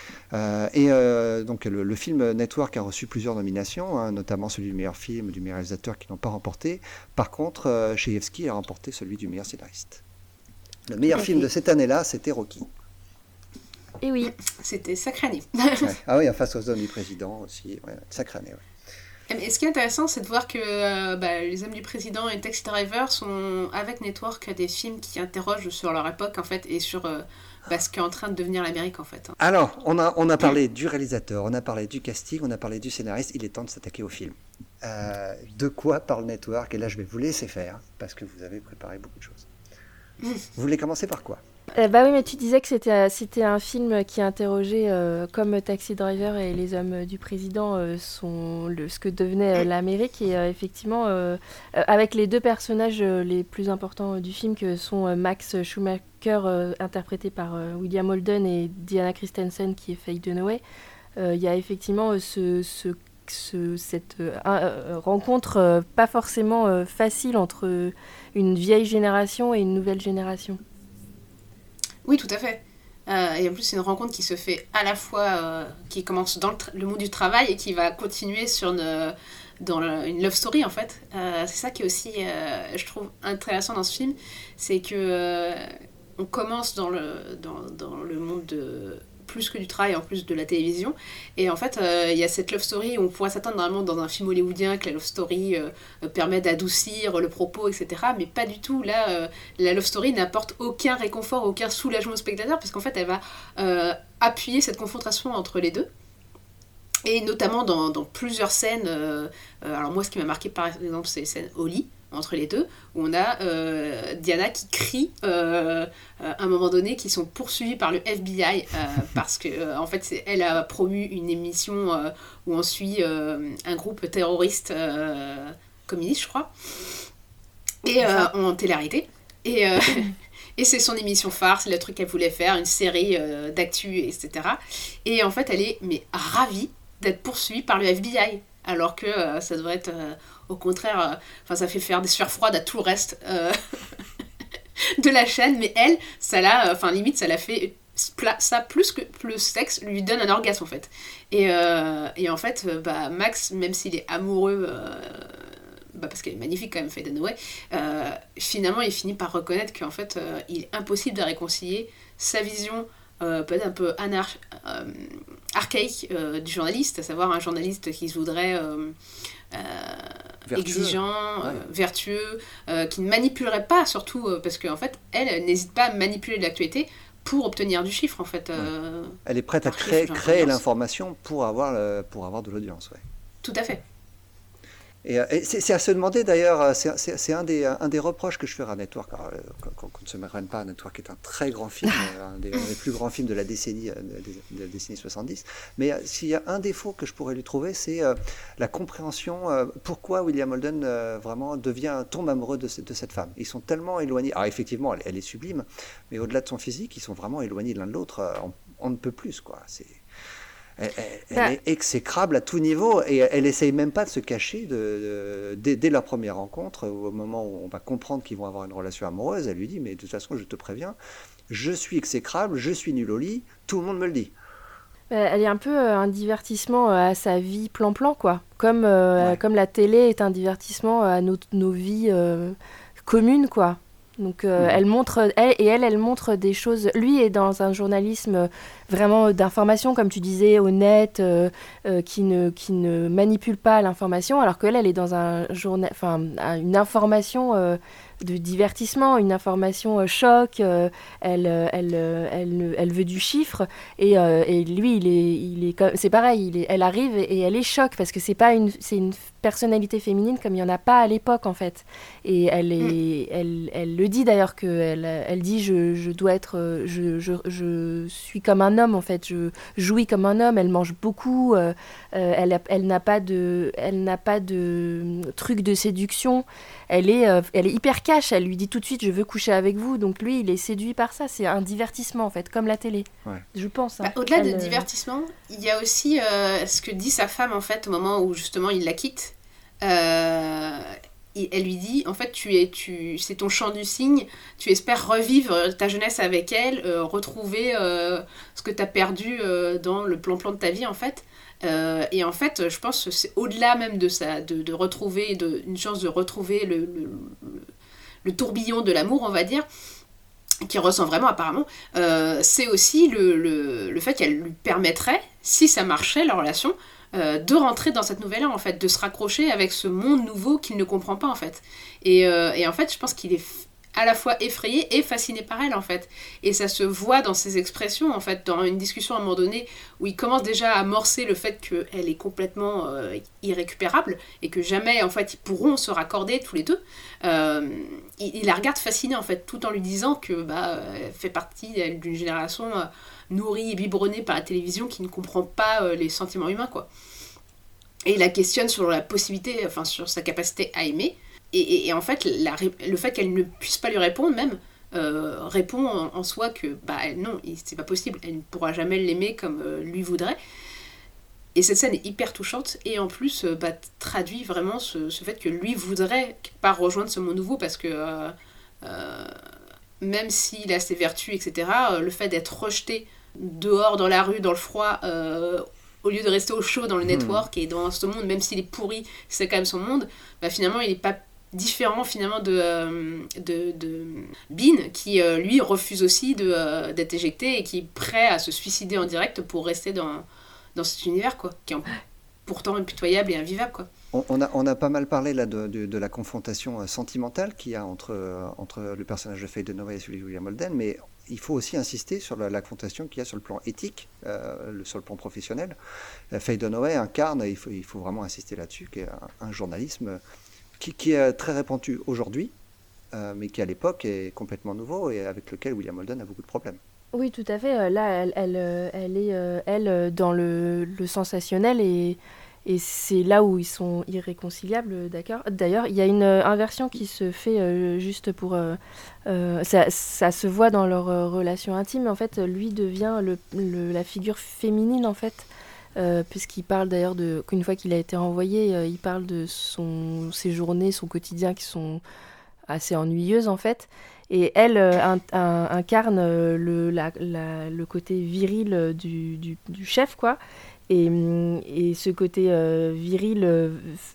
Donc le film Network a reçu plusieurs nominations, hein, notamment celui du meilleur film, du meilleur réalisateur qui n'ont pas remporté. Par contre, Chayefsky a remporté celui du meilleur scénariste. Le meilleur film de cette année-là, c'était Rocky. Et oui. C'était sacré année. Ouais. Ah oui, face aux hommes du président aussi, ouais, sacré année. Ouais. Et ce qui est intéressant, c'est de voir que Les Hommes du Président et Taxi Driver sont, avec Network, des films qui interrogent sur leur époque, en fait, et sur ce qu'est en train de devenir l'Amérique, en fait. Alors, on a parlé du réalisateur, on a parlé du casting, on a parlé du scénariste, il est temps de s'attaquer au film. De quoi parle Network? Et là, je vais vous laisser faire, parce que vous avez préparé beaucoup de choses. Vous voulez commencer par quoi? Oui, mais tu disais que c'était un film qui interrogeait, comme Taxi Driver et Les Hommes du Président, ce que devenait l'Amérique. Et effectivement, avec les deux personnages les plus importants du film, que sont Max Schumacher, interprété par William Holden, et Diana Christensen, qui est Faye Dunaway, il y a effectivement cette rencontre pas forcément facile entre une vieille génération et une nouvelle génération. Oui, tout à fait. Et en plus, c'est une rencontre qui se fait à la fois, qui commence dans le monde du travail et qui va continuer dans une love story, en fait. C'est ça qui est aussi, je trouve, intéressant dans ce film, c'est que on commence dans le monde plus que du travail, en plus de la télévision. Et en fait, il y a cette love story où on pourrait s'attendre vraiment dans un film hollywoodien que la love story permet d'adoucir le propos, etc. Mais pas du tout. Là, la love story n'apporte aucun réconfort, aucun soulagement au spectateur, parce qu'en fait, elle va appuyer cette confrontation entre les deux. Et notamment dans plusieurs scènes. Alors moi, ce qui m'a marqué, par exemple, c'est les scènes au lit, entre les deux, où on a Diana qui crie à un moment donné qu'ils sont poursuivis par le FBI parce que en fait elle a promu une émission où on suit un groupe terroriste communiste, je crois, et en télé-réalité, et c'est son émission phare, c'est le truc qu'elle voulait faire, une série d'actu, etc. Et en fait elle est ravie d'être poursuivie par le FBI, alors que ça devrait être au contraire, ça fait faire des sueurs froides à tout le reste de la chaîne, mais elle, limite ça l'a fait, ça plus que le sexe lui donne un orgasme, en fait. Et en fait, Max, même s'il est amoureux, parce qu'elle est magnifique quand même, Faye Dunaway, finalement il finit par reconnaître qu'en fait il est impossible de réconcilier sa vision peut-être un peu archaïque du journaliste, à savoir un journaliste qui se voudrait exigeant, vertueux, qui ne manipulerait pas, surtout parce qu'en fait elle n'hésite pas à manipuler l'actualité pour obtenir du chiffre, en fait. Elle est prête à créer l'information pour avoir de l'audience. Ouais. Tout à fait. Et c'est à se demander d'ailleurs, c'est un des reproches que je ferai à Network, qu'on ne se méprenne pas, Network est un très grand film, un des plus grands films de la décennie 70, mais s'il y a un défaut que je pourrais lui trouver, c'est la compréhension, pourquoi William Holden vraiment tombe amoureux de cette femme. Ils sont tellement éloignés, alors effectivement elle est sublime, mais au-delà de son physique, ils sont vraiment éloignés l'un de l'autre, on ne peut plus, quoi. Elle est exécrable à tout niveau et elle essaye même pas de se cacher dès leur première rencontre, au moment où on va comprendre qu'ils vont avoir une relation amoureuse. Elle lui dit, mais de toute façon je te préviens, je suis exécrable, je suis nul au lit, tout le monde me le dit. Elle est un peu un divertissement à sa vie plan-plan, quoi. Comme la télé est un divertissement à nos vies communes, quoi. Donc elle montre des choses. Lui est dans un journalisme vraiment d'information, comme tu disais, honnête, qui ne manipule pas l'information, alors qu'elle est dans une information de divertissement, une information choc. Elle veut du chiffre, et lui c'est pareil. Elle arrive et elle est choc parce que c'est une personnalité féminine comme il y en a pas à l'époque, en fait. Et elle le dit d'ailleurs, que elle dit je dois être je suis comme un homme, en fait, je jouis comme un homme. Elle mange beaucoup, elle n'a pas de truc de séduction. Elle est hyper calme. cache, elle lui dit tout de suite je veux coucher avec vous, donc lui il est séduit par ça, c'est un divertissement en fait, comme la télé, je pense. Hein. Au-delà de divertissement, il y a aussi ce que dit sa femme en fait au moment où justement il la quitte. Elle lui dit en fait c'est ton chant du cygne, tu espères revivre ta jeunesse avec elle, retrouver ce que tu as perdu dans le plan de ta vie en fait. Et en fait je pense que c'est au-delà même de ça, de retrouver une chance de retrouver le tourbillon de l'amour, on va dire, qui ressent vraiment apparemment, c'est aussi le fait qu'elle lui permettrait, si ça marchait leur relation, de rentrer dans cette nouvelle ère en fait, de se raccrocher avec ce monde nouveau qu'il ne comprend pas en fait. Et en fait je pense qu'il est à la fois effrayé et fasciné par elle en fait. Et ça se voit dans ses expressions en fait, dans une discussion à un moment donné où il commence déjà à amorcer le fait qu'elle est complètement irrécupérable et que jamais en fait ils pourront se raccorder tous les deux. Il la regarde fascinée en fait, tout en lui disant que elle fait partie d'une génération nourrie et biberonnée par la télévision qui ne comprend pas les sentiments humains quoi. Et il la questionne sur la possibilité, enfin sur sa capacité à aimer. Et en fait, le fait qu'elle ne puisse pas lui répondre même, répond en soi que non, c'est pas possible, elle ne pourra jamais l'aimer comme lui voudrait. Et cette scène est hyper touchante et en plus traduit vraiment ce fait que lui voudrait quelque part rejoindre ce monde nouveau parce que même s'il a ses vertus, etc., le fait d'être rejeté dehors dans la rue, dans le froid, au lieu de rester au chaud dans le network et dans ce monde, même s'il est pourri, c'est quand même son monde, finalement il n'est pas différent finalement de Bean qui lui refuse aussi d'être éjecté et qui est prêt à se suicider en direct pour rester dans cet univers quoi, qui est pourtant impitoyable et invivable quoi. On a pas mal parlé là de la confrontation sentimentale qu'il y a entre le personnage de Faye Dunaway et celui de William Holden, mais il faut aussi insister sur la confrontation qu'il y a sur le plan éthique, sur le plan professionnel. Faye Dunaway incarne, il faut vraiment insister là-dessus, qui est un journalisme qui est très répandu aujourd'hui, mais qui à l'époque est complètement nouveau et avec lequel William Holden a beaucoup de problèmes. Oui, tout à fait. Là, elle est dans le sensationnel et c'est là où ils sont irréconciliables, d'accord. D'ailleurs, il y a une inversion qui se fait juste pour... ça se voit dans leur relation intime. En fait, lui devient la figure féminine, en fait, puisqu'il parle d'ailleurs qu'une fois qu'il a été renvoyé, il parle de ses journées, son quotidien qui sont assez ennuyeuses, en fait. Et elle incarne le côté viril du chef, quoi. Et ce côté viril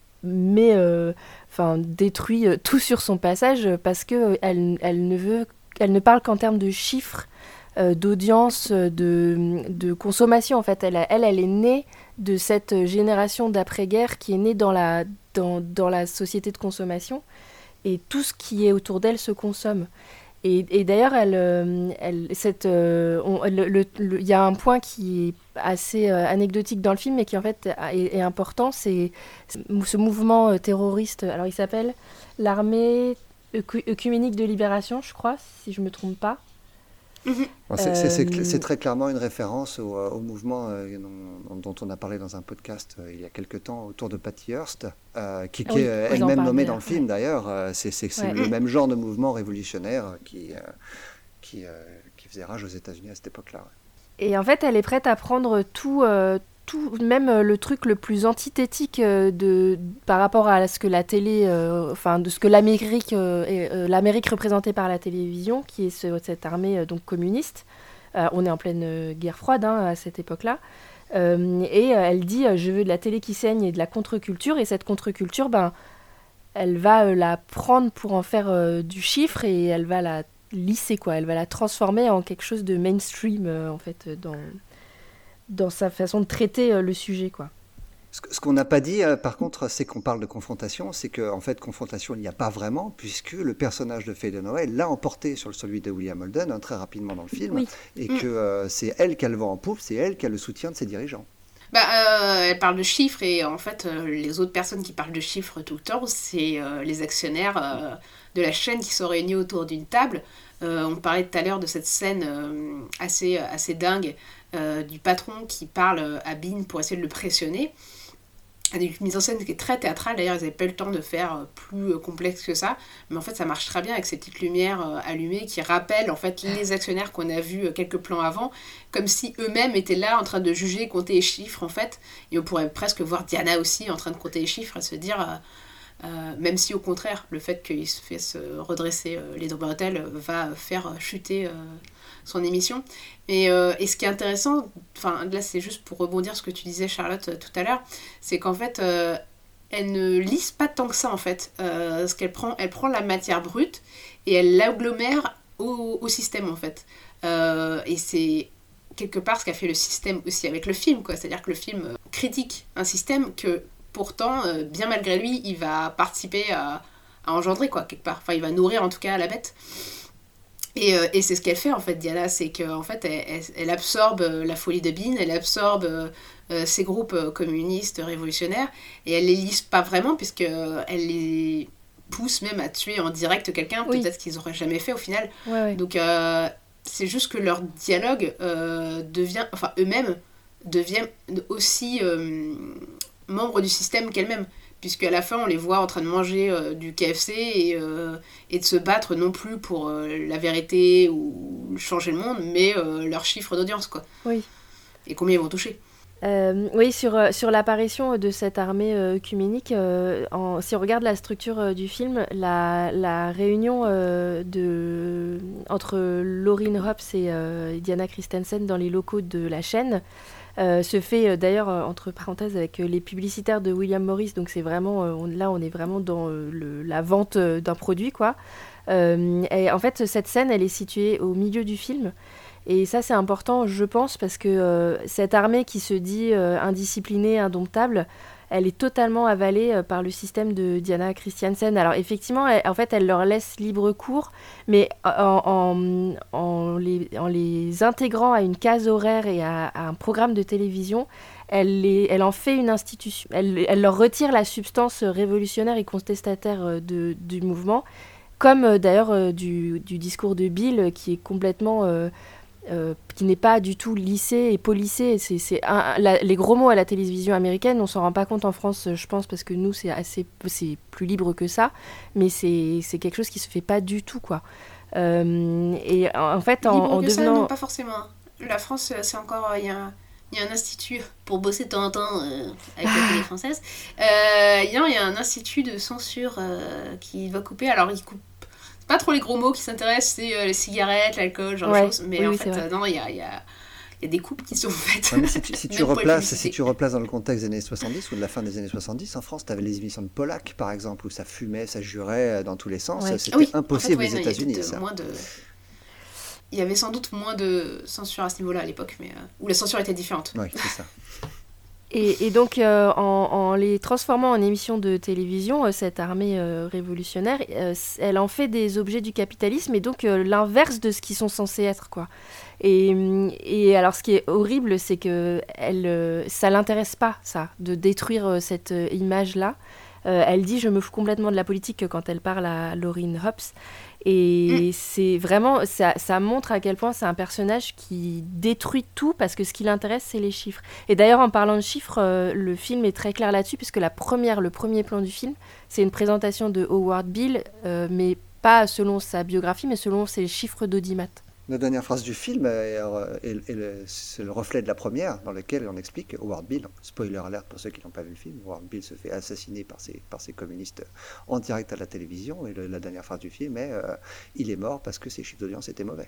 détruit tout sur son passage parce qu'elle ne parle qu'en termes de chiffres, d'audience, de consommation. En fait, elle est née de cette génération d'après-guerre qui est née dans la société de consommation. Et tout ce qui est autour d'elle se consomme. Et d'ailleurs, il y a un point qui est assez anecdotique dans le film, mais qui en fait est important, c'est ce mouvement terroriste. Alors, il s'appelle l'Armée œcuménique de libération, je crois, si je me trompe pas. C'est très clairement une référence au mouvement dont on a parlé dans un podcast il y a quelque temps autour de Patty Hearst, qui est elle-même nommée dans le film d'ailleurs. C'est le même genre de mouvement révolutionnaire qui faisait rage aux États-Unis à cette époque-là. Et en fait, elle est prête à prendre tout, même le truc le plus antithétique par rapport à ce que la télé, de ce que l'Amérique représentée par la télévision, qui est cette armée donc communiste. On est en pleine guerre froide à cette époque-là. Et elle dit je veux de la télé qui saigne et de la contre-culture. Et cette contre-culture, elle va la prendre pour en faire du chiffre et elle va la lisser, quoi. Elle va la transformer en quelque chose de mainstream, en fait, dans sa façon de traiter le sujet, quoi. Ce qu'on n'a pas dit, par contre, c'est qu'on parle de confrontation, c'est qu'en fait, confrontation, il n'y a pas vraiment, puisque le personnage de Faye Dunaway l'a emporté sur celui de William Holden, très rapidement dans le film, oui. Et que c'est elle qui a le vent en poupe, c'est elle qui a le soutien de ses dirigeants. Elle parle de chiffres, et en fait, les autres personnes qui parlent de chiffres tout le temps, c'est les actionnaires de la chaîne qui sont réunis autour d'une table. On parlait tout à l'heure de cette scène assez dingue, du patron qui parle à Bean pour essayer de le pressionner. une mise en scène qui est très théâtrale. D'ailleurs, ils n'avaient pas eu le temps de faire plus complexe que ça. Mais en fait, ça marche très bien avec ces petites lumières allumées qui rappellent en fait les actionnaires qu'on a vus quelques plans avant, comme si eux-mêmes étaient là en train de juger, compter les chiffres en fait. Et on pourrait presque voir Diana aussi en train de compter les chiffres et se dire, même si au contraire, le fait qu'il se fasse redresser les bretelles va faire chuter son émission. Et ce qui est intéressant, enfin là c'est juste pour rebondir sur ce que tu disais Charlotte tout à l'heure, c'est qu'en fait elle ne lisse pas tant que ça en fait. Ce qu'elle prend, elle prend la matière brute et elle l'agglomère au système en fait. Et c'est quelque part ce qu'a fait le système aussi avec le film, quoi. C'est-à-dire que le film critique un système que pourtant, bien malgré lui, il va participer à engendrer quoi, quelque part. Enfin, il va nourrir en tout cas la bête. Et c'est ce qu'elle fait en fait, Diana, c'est qu'en fait elle absorbe la folie de Bean, elle absorbe ces groupes communistes révolutionnaires et elle les lisse pas vraiment puisqu'elle les pousse même à tuer en direct quelqu'un, peut-être qu'ils auraient jamais fait au final. Ouais. Donc c'est juste que leur dialogue devient, enfin eux-mêmes deviennent aussi membres du système qu'elles-mêmes. Puisqu'à la fin, on les voit en train de manger du KFC et de se battre non plus pour la vérité ou changer le monde, mais leur chiffre d'audience, quoi. Oui. Et combien ils vont toucher. Oui, sur l'apparition de cette armée œcuménique, si on regarde la structure du film, la réunion entre Lauryn Hobbs et Diana Christensen dans les locaux de la chaîne se fait d'ailleurs entre parenthèses avec les publicitaires de William Morris, donc c'est vraiment là on est vraiment dans la vente d'un produit quoi. Et en fait cette scène elle est située au milieu du film et ça c'est important je pense parce que cette armée qui se dit indisciplinée, indomptable, elle est totalement avalée par le système de Diana Christensen. Alors effectivement, elle leur laisse libre cours, mais en les intégrant à une case horaire et à un programme de télévision, elle en fait une institution. Elle leur retire la substance révolutionnaire et contestataire du mouvement, comme d'ailleurs du discours de Bill, qui est complètement... qui n'est pas du tout lissé et polissé. Les gros mots à la télévision américaine, on s'en rend pas compte en France, je pense, parce que nous, c'est plus libre que ça, mais c'est quelque chose qui se fait pas du tout, quoi. Et en fait, en devenant... Ça, non, pas forcément. La France, c'est encore... Il y a un institut pour bosser de temps en temps avec la télé française. Il y a un institut de censure qui va couper. Alors, il coupe pas trop les gros mots qui s'intéressent, c'est les cigarettes, l'alcool, genre de choses. Mais en fait, non, il y a des coupes qui sont faites. Ouais, si tu replaces dans le contexte des années 70 ou de la fin des années 70, en France, tu avais les émissions de Pollack, par exemple, où ça fumait, ça jurait dans tous les sens. Ouais. C'était impossible aux États-Unis. Il y avait sans doute moins de censure à ce niveau-là à l'époque, mais où la censure était différente. Oui, c'est ça. Et donc, en les transformant en émissions de télévision, cette armée révolutionnaire, elle en fait des objets du capitalisme et donc l'inverse de ce qu'ils sont censés être, quoi. Et alors, ce qui est horrible, c'est que ça l'intéresse pas, ça, de détruire cette image-là. Elle dit « je me fous complètement de la politique » quand elle parle à Lauryn Hobbs. Et c'est vraiment, ça montre à quel point c'est un personnage qui détruit tout parce que ce qui l'intéresse, c'est les chiffres. Et d'ailleurs, en parlant de chiffres, le film est très clair là-dessus puisque le premier plan du film, c'est une présentation de Howard Beale, mais pas selon sa biographie, mais selon ses chiffres d'audimat. La dernière phrase du film c'est le reflet de la première, dans laquelle on explique Howard Beale, spoiler alert pour ceux qui n'ont pas vu le film, Howard Beale se fait assassiner par ces communistes en direct à la télévision, et la dernière phrase du film est il est mort parce que ses chiffres d'audience étaient mauvais.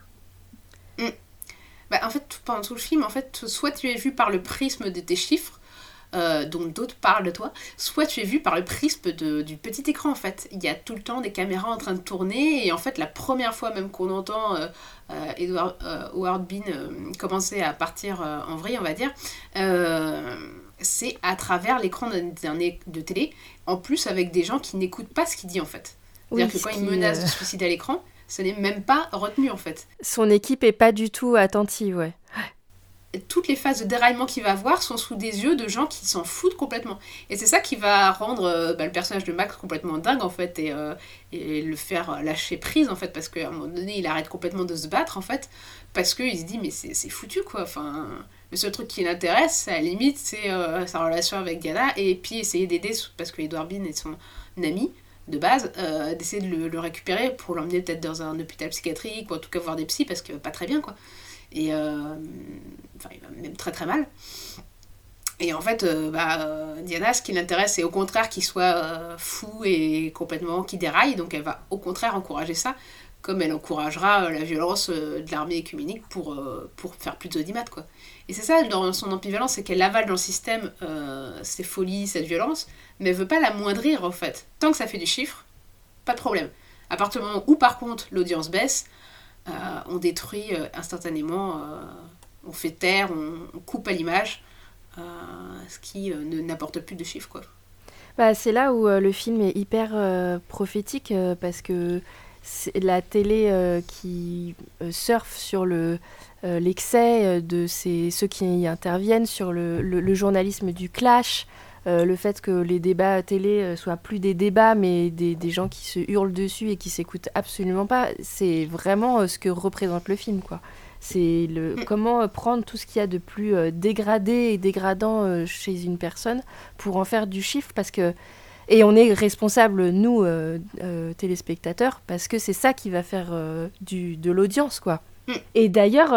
En fait, pendant tout le film, en fait, soit tu es vu par le prisme de tes chiffres, dont d'autres parlent de toi, soit tu es vu par le prisme du petit écran en fait. Il y a tout le temps des caméras en train de tourner et en fait la première fois même qu'on entend Howard Bean commencer à partir en vrille on va dire, c'est à travers l'écran de télé, en plus avec des gens qui n'écoutent pas ce qu'il dit en fait. C'est-à-dire que quand il menace de suicide à l'écran, ce n'est même pas retenu en fait. Son équipe est pas du tout attentive, ouais. toutes les phases de déraillement qu'il va avoir sont sous des yeux de gens qui s'en foutent complètement. Et c'est ça qui va rendre le personnage de Max complètement dingue, en fait, et le faire lâcher prise, en fait, parce qu'à un moment donné, il arrête complètement de se battre, en fait, parce qu'il se dit, mais c'est foutu, quoi. Enfin, le seul truc qui l'intéresse, à la limite, c'est sa relation avec Diana, et puis essayer d'aider, parce que Edward Bean est son ami, de base, d'essayer de le récupérer pour l'emmener peut-être dans un hôpital psychiatrique, ou en tout cas voir des psys, parce qu'il va pas très bien, quoi. Et il va même très très mal. Et en fait, Diana, ce qui l'intéresse, c'est au contraire qu'il soit fou et complètement qui déraille. Donc elle va au contraire encourager ça, comme elle encouragera la violence de l'armée écuménique pour faire plus d'audimat, quoi. Et c'est ça, dans son ambivalence, c'est qu'elle avale dans le système ces folies, cette violence, mais elle veut pas l'amoindrir, en fait. Tant que ça fait du chiffre, pas de problème. À partir du moment où, par contre, l'audience baisse, on détruit instantanément, on fait taire, on coupe à l'image, ce qui n'apporte plus de chiffres, quoi. Bah, c'est là où le film est hyper prophétique, parce que c'est la télé qui surfe sur l'excès de ceux qui y interviennent, sur le journalisme du clash, le fait que les débats télé soient plus des débats, mais des gens qui se hurlent dessus et qui s'écoutent absolument pas. C'est vraiment ce que représente le film, quoi. C'est comment prendre tout ce qu'il y a de plus dégradé et dégradant chez une personne pour en faire du chiffre, parce que... Et on est responsable, nous, téléspectateurs, parce que c'est ça qui va faire de l'audience, quoi. Et d'ailleurs,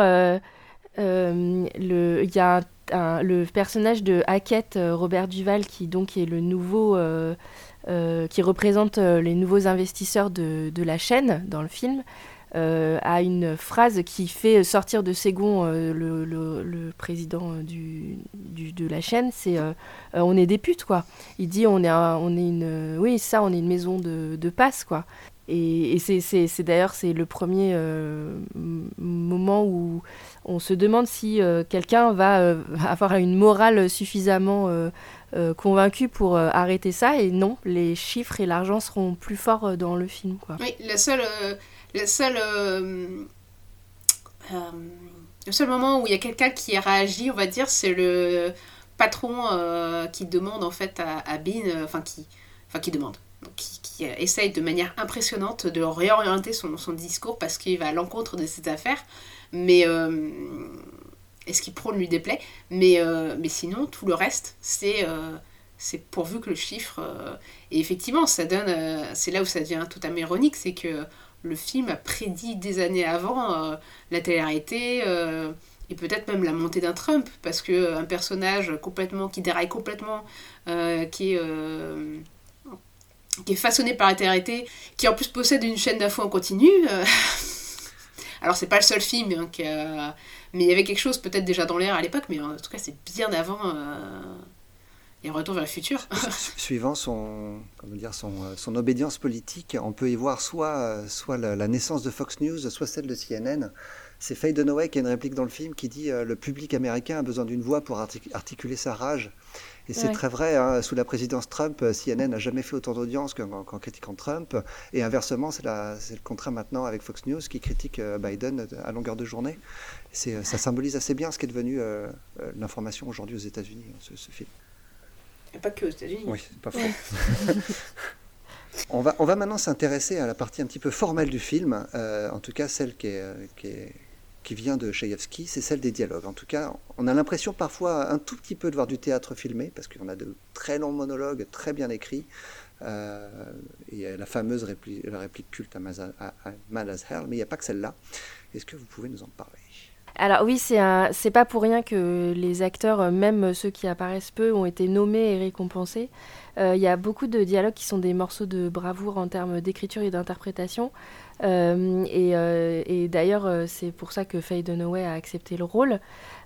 il y a le personnage de Hackett, Robert Duval, qui donc est le nouveau... qui représente les nouveaux investisseurs de la chaîne dans le film, a une phrase qui fait sortir de ses gonds le président de la chaîne, c'est on est des putes, quoi. Il dit on est une maison de passe, quoi. Et c'est d'ailleurs c'est le premier moment où on se demande si quelqu'un va avoir une morale suffisamment convaincue pour arrêter ça, et non, les chiffres et l'argent seront plus forts dans le film, quoi. Oui, le seul moment où il y a quelqu'un qui a réagi, on va dire, c'est le patron qui demande en fait à Bean, qui demande, donc qui essaye de manière impressionnante de réorienter son discours parce qu'il va à l'encontre de ses affaires, mais et ce qui prône lui déplaît, mais sinon tout le reste c'est pourvu que le chiffre et effectivement ça donne, c'est là où ça devient totalement ironique, c'est que le film a prédit des années avant la télé-réalité et peut-être même la montée d'un Trump, parce qu'un personnage qui déraille complètement, qui est façonné par la télé-réalité, qui en plus possède une chaîne d'infos en continu. Alors c'est pas le seul film, hein, mais il y avait quelque chose peut-être déjà dans l'air à l'époque, mais en tout cas c'est bien avant... Et Retour vers le futur. Suivant son obédience politique, on peut y voir soit la naissance de Fox News, soit celle de CNN. C'est Faye Dunaway qui a une réplique dans le film qui dit le public américain a besoin d'une voix pour articuler sa rage. Et c'est très vrai, hein, sous la présidence Trump, CNN n'a jamais fait autant d'audience qu'en critiquant Trump. Et inversement, c'est le contraire maintenant avec Fox News qui critique Biden à longueur de journée. Ça symbolise assez bien ce qu'est devenu l'information aujourd'hui aux États-Unis, ce film. Et pas que aux États-Unis. Oui, c'est pas faux. On va maintenant s'intéresser à la partie un petit peu formelle du film, en tout cas celle qui vient de Chayefsky, c'est celle des dialogues. En tout cas, on a l'impression parfois un tout petit peu de voir du théâtre filmé, parce qu'on a de très longs monologues, très bien écrits, et la fameuse réplique culte à Mad as Hell, mais il n'y a pas que celle-là. Est-ce que vous pouvez nous en parler ? Alors oui, c'est pas pour rien que les acteurs, même ceux qui apparaissent peu, ont été nommés et récompensés. Il y a beaucoup de dialogues qui sont des morceaux de bravoure en termes d'écriture et d'interprétation. Et d'ailleurs, c'est pour ça que Faye Dunaway a accepté le rôle.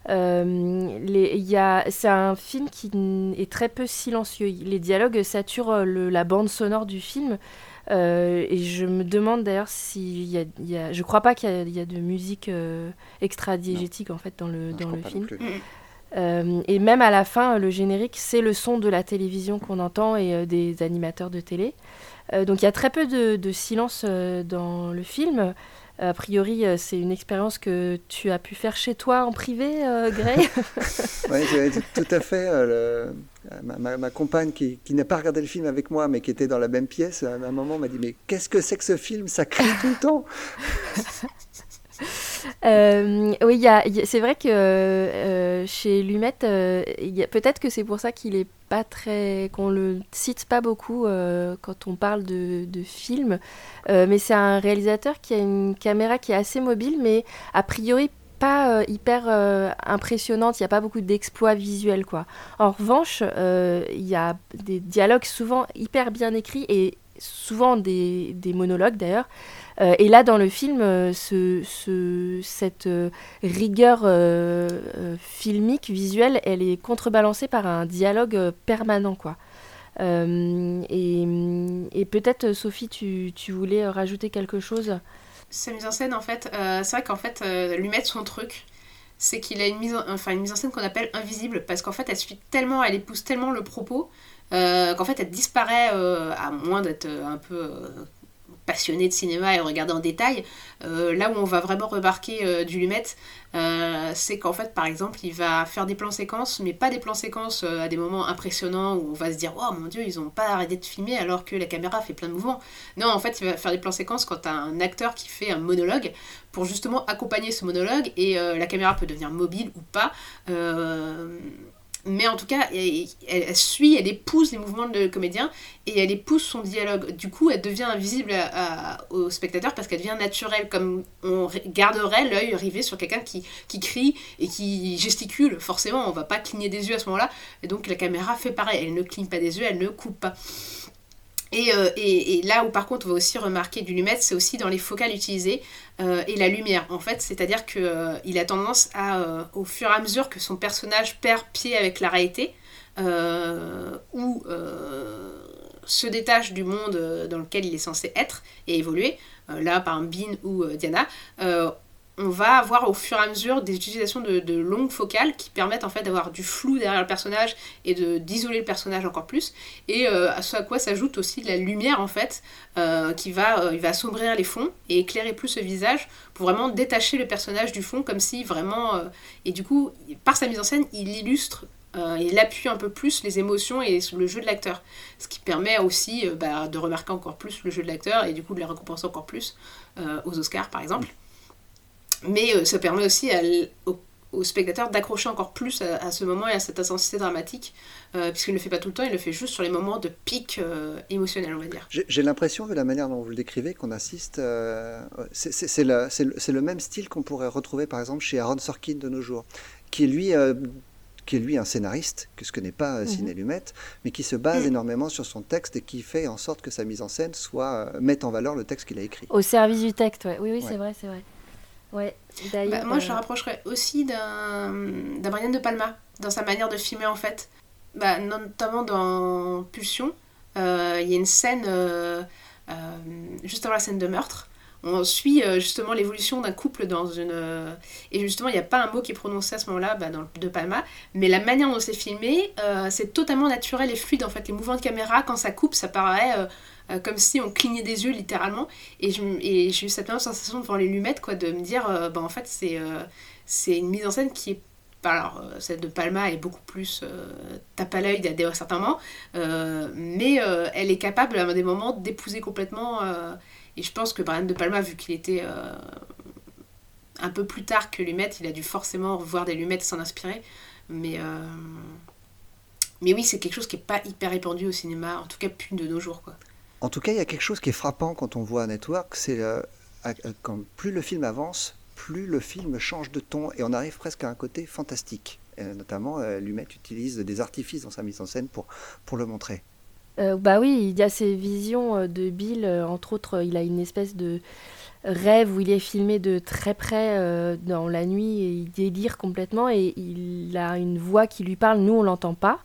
C'est un film qui est très peu silencieux. Les dialogues saturent la bande sonore du film. Et je me demande d'ailleurs s'il y a je crois pas qu'il y a de musique extra-diégétique en fait dans le film. Et même à la fin, le générique, c'est le son de la télévision qu'on entend et des animateurs de télé. Donc il y a très peu de silence dans le film. A priori, c'est une expérience que tu as pu faire chez toi en privé, Gray. Oui, tout à fait. Ma compagne qui n'a pas regardé le film avec moi, mais qui était dans la même pièce, à un moment m'a dit « Mais qu'est-ce que c'est que ce film ? Ça crie tout le temps !» Oui, c'est vrai que chez Lumet, peut-être que c'est pour ça qu'il est pas qu'on le cite pas beaucoup quand on parle de films, mais c'est un réalisateur qui a une caméra qui est assez mobile, mais a priori pas hyper impressionnante. Il n'y a pas beaucoup d'exploits visuels, quoi. En revanche, il y a des dialogues souvent hyper bien écrits et souvent des monologues d'ailleurs. Et là, dans le film, cette rigueur filmique, visuelle, elle est contrebalancée par un dialogue permanent, quoi. Et peut-être, Sophie, tu voulais rajouter quelque chose ? Sa mise en scène, en fait, c'est vrai qu'en fait, lui mettre son truc, c'est qu'il a une mise en scène qu'on appelle invisible, parce qu'en fait, elle épouse tellement le propos, qu'en fait, elle disparaît, à moins d'être un peu... passionné de cinéma et regarder en détail, là où on va vraiment remarquer du Lumet, c'est qu'en fait, par exemple, il va faire des plans séquences, mais pas des plans séquences à des moments impressionnants où on va se dire « Oh mon Dieu, ils ont pas arrêté de filmer alors que la caméra fait plein de mouvements. » Non, en fait, il va faire des plans séquences quand t'as un acteur qui fait un monologue pour justement accompagner ce monologue, et la caméra peut devenir mobile ou pas, mais en tout cas, elle suit, elle épouse les mouvements de comédien et elle épouse son dialogue. Du coup, elle devient invisible au spectateur parce qu'elle devient naturelle, comme on garderait l'œil rivé sur quelqu'un qui crie et qui gesticule. Forcément, on va pas cligner des yeux à ce moment-là. Et donc, la caméra fait pareil. Elle ne cligne pas des yeux, elle ne coupe pas. Et là où par contre on va aussi remarquer du Lumet, c'est aussi dans les focales utilisées et la lumière en fait, c'est-à-dire qu'il a tendance à, au fur et à mesure que son personnage perd pied avec la réalité, ou se détache du monde dans lequel il est censé être et évoluer, là par exemple Bean ou Diana, on va avoir au fur et à mesure des utilisations de longues focales qui permettent en fait d'avoir du flou derrière le personnage et d'isoler le personnage encore plus, et à ce à quoi s'ajoute aussi de la lumière en fait, il va assombrir les fonds et éclairer plus le visage pour vraiment détacher le personnage du fond, comme si vraiment et du coup par sa mise en scène il illustre, il appuie un peu plus les émotions et le jeu de l'acteur, ce qui permet aussi de remarquer encore plus le jeu de l'acteur et du coup de les récompenser encore plus aux Oscars par exemple. Mais ça permet aussi au spectateur d'accrocher encore plus à ce moment et à cette intensité dramatique, puisqu'il ne le fait pas tout le temps, il le fait juste sur les moments de pic émotionnel, on va dire. J'ai l'impression, vu la manière dont vous le décrivez, qu'on assiste... c'est le même style qu'on pourrait retrouver par exemple chez Aaron Sorkin de nos jours, qui est lui un scénariste, que ce que n'est pas Sidney Lumet, mais qui se base énormément sur son texte et qui fait en sorte que sa mise en scène mette en valeur le texte qu'il a écrit. Au service du texte, ouais. Oui, c'est vrai. Ouais, d'ailleurs, moi je le rapprocherais aussi d'un Brian De Palma dans sa manière de filmer en fait, notamment dans Pulsion, il y a une scène juste avant la scène de meurtre, on suit justement l'évolution d'un couple et justement il n'y a pas un mot qui est prononcé à ce moment-là dans De Palma, mais la manière dont c'est filmé, c'est totalement naturel et fluide en fait. Les mouvements de caméra, quand ça coupe, ça paraît comme si on clignait des yeux littéralement, et j'ai eu cette même sensation devant les Lumettes, quoi, de me dire en fait c'est une mise en scène qui est, alors celle de Palma est beaucoup plus tape à l'œil à certains moments, mais elle est capable à des moments d'épouser complètement, et je pense que Brian De Palma, vu qu'il était un peu plus tard que Lumet, il a dû forcément voir des Lumettes et s'en inspirer, mais oui, c'est quelque chose qui n'est pas hyper répandu au cinéma, en tout cas plus de nos jours, quoi. En tout cas, il y a quelque chose qui est frappant quand on voit Network, c'est quand plus le film avance, plus le film change de ton et on arrive presque à un côté fantastique. Et notamment, Lumet utilise des artifices dans sa mise en scène pour le montrer. Oui, il y a ces visions de Bill, entre autres, il a une espèce de rêve où il est filmé de très près dans la nuit et il délire complètement et il a une voix qui lui parle, nous on l'entend pas.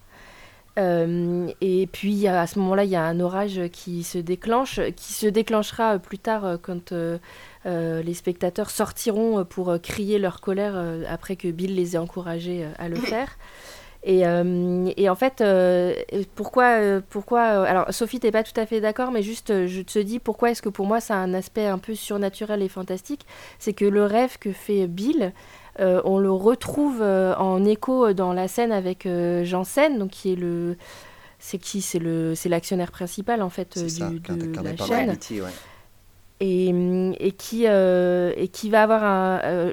Et puis à ce moment-là, il y a un orage qui se déclenchera plus tard quand les spectateurs sortiront pour crier leur colère après que Bill les ait encouragés à le faire. Et en fait, pourquoi alors Sophie, t'es pas tout à fait d'accord, mais juste je te dis pourquoi est-ce que pour moi ça a un aspect un peu surnaturel et fantastique. C'est que le rêve que fait Bill, on le retrouve en écho dans la scène avec Janssen, donc qui est c'est l'actionnaire principal en fait de la chaîne. Et qui va avoir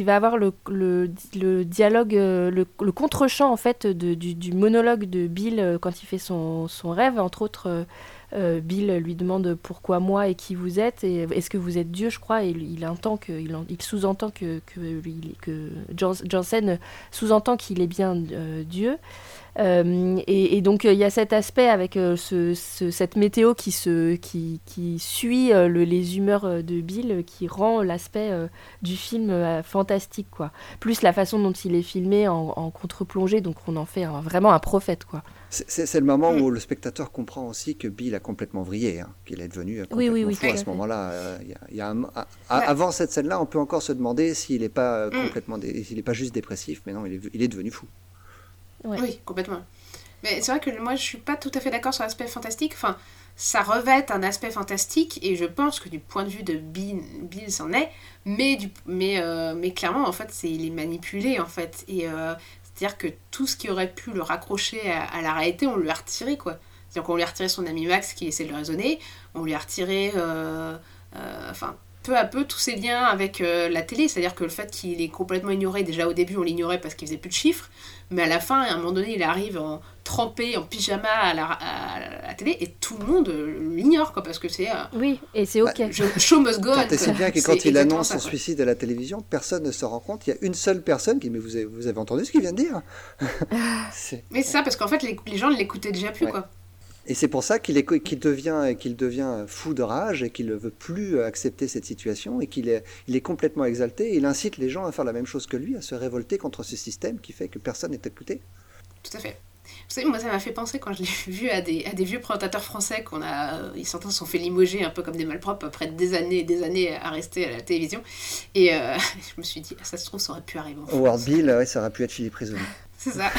le dialogue, le contre-champ en fait du monologue de Bill quand il fait son rêve. Entre autres, Bill lui demande pourquoi moi et qui vous êtes, et est-ce que vous êtes Dieu, je crois, et il sous-entend que Janssen sous-entend qu'il est bien Dieu. Et donc il y a cet aspect avec cette météo qui suit les humeurs de Bill, qui rend l'aspect du film fantastique, quoi. Plus la façon dont il est filmé en contre-plongée, donc on en fait vraiment un prophète, quoi. C'est le moment où le spectateur comprend aussi que Bill a complètement vrillé, qu'il est devenu complètement fou à ce moment-là. Avant cette scène-là, on peut encore se demander s'il n'est pas s'il n'est pas juste dépressif, mais non, il est devenu fou. Ouais. Oui, complètement. Mais c'est vrai que moi, je suis pas tout à fait d'accord sur l'aspect fantastique. Enfin, ça revêt un aspect fantastique, et je pense que du point de vue de Bill c'en est, mais clairement, en fait, il est manipulé, en fait. Et c'est-à-dire que tout ce qui aurait pu le raccrocher à la réalité, on lui a retiré, quoi. C'est-à-dire qu'on lui a retiré son ami Max qui essaie de le raisonner, on lui a retiré... peu à peu tous ses liens avec la télé, c'est-à-dire que le fait qu'il est complètement ignoré, déjà au début on l'ignorait parce qu'il faisait plus de chiffres, mais à la fin, à un moment donné, il arrive trempé, en pyjama à la télé, et tout le monde l'ignore, quoi, parce que c'est... oui, et c'est ok. Show must go on. Tant et si bien que quand il annonce son suicide à la télévision, personne ne se rend compte, il y a une seule personne qui dit « mais vous avez entendu ce qu'il vient de dire ?» Mais c'est ça, parce qu'en fait, les gens ne l'écoutaient déjà plus, quoi. Et c'est pour ça qu'il devient fou de rage et qu'il ne veut plus accepter cette situation, et qu'il est complètement exalté, et il incite les gens à faire la même chose que lui, à se révolter contre ce système qui fait que personne n'est écouté. Tout à fait. Vous savez, moi ça m'a fait penser quand je l'ai vu à des vieux présentateurs français certains se sont fait limoger un peu comme des malpropres après des années et des années à rester à la télévision. Et je me suis dit, ça se trouve, ça aurait pu arriver en France. Howard Bill, ça aurait pu être Philippe Risoli. C'est ça.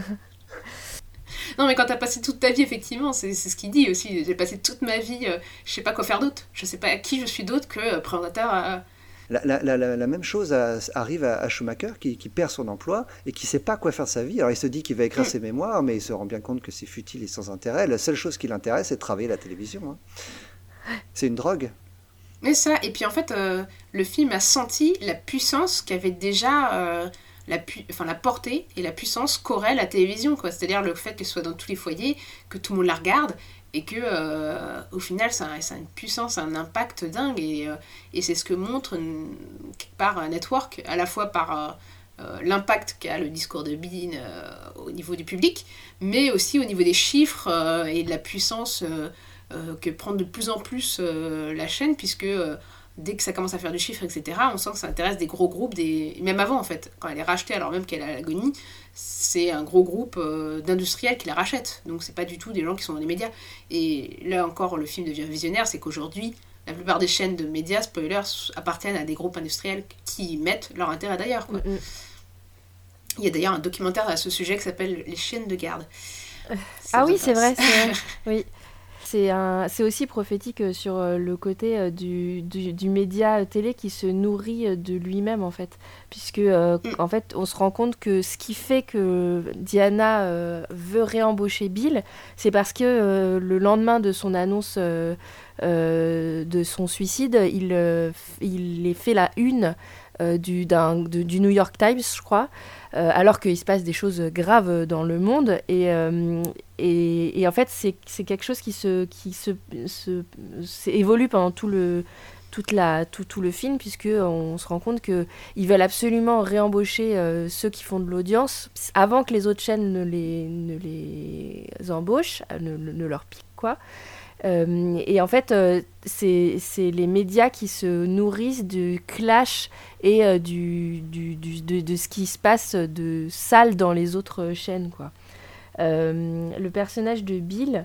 Non, mais quand t'as passé toute ta vie, effectivement, c'est ce qu'il dit aussi. J'ai passé toute ma vie, je sais pas quoi faire d'autre. Je sais pas à qui je suis d'autre que présentateur. La même chose arrive à Schumacher qui perd son emploi et qui ne sait pas quoi faire de sa vie. Alors il se dit qu'il va écrire ses mémoires, mais il se rend bien compte que c'est futile et sans intérêt. La seule chose qui l'intéresse, c'est de travailler à la télévision. Hein. C'est une drogue. Mais ça, et puis en fait, le film a senti la puissance qu'avait déjà... la portée et la puissance qu'aurait la télévision, quoi. C'est-à-dire le fait qu'elle soit dans tous les foyers, que tout le monde la regarde, et que au final ça a une puissance, un impact dingue, et c'est ce que montre quelque part un network, à la fois par l'impact qu'a le discours de Bean au niveau du public, mais aussi au niveau des chiffres et de la puissance que prend de plus en plus la chaîne, puisque dès que ça commence à faire du chiffre, etc., on sent que ça intéresse des gros groupes, même avant en fait, quand elle est rachetée, alors même qu'elle est à l'agonie, c'est un gros groupe d'industriels qui la rachètent, donc c'est pas du tout des gens qui sont dans les médias. Et là encore, le film devient visionnaire, c'est qu'aujourd'hui, la plupart des chaînes de médias, spoilers, appartiennent à des groupes industriels qui mettent leur intérêt d'ailleurs, quoi. Il y a d'ailleurs un documentaire à ce sujet qui s'appelle « Les chiennes de garde ». Ah oui, c'est vrai. Oui. C'est aussi prophétique sur le côté du média télé qui se nourrit de lui-même, en fait. Puisque, en fait, on se rend compte que ce qui fait que Diana veut réembaucher Bill, c'est parce que le lendemain de son annonce de son suicide, il fait la une du New York Times, je crois, alors qu'il se passe des choses graves dans le monde, et en fait c'est quelque chose qui évolue pendant tout le film, puisque on se rend compte que ils veulent absolument réembaucher ceux qui font de l'audience avant que les autres chaînes ne les embauchent, ne leur piquent, quoi. Et en fait, c'est les médias qui se nourrissent du clash et de ce qui se passe de sale dans les autres chaînes, quoi. Le personnage de Bill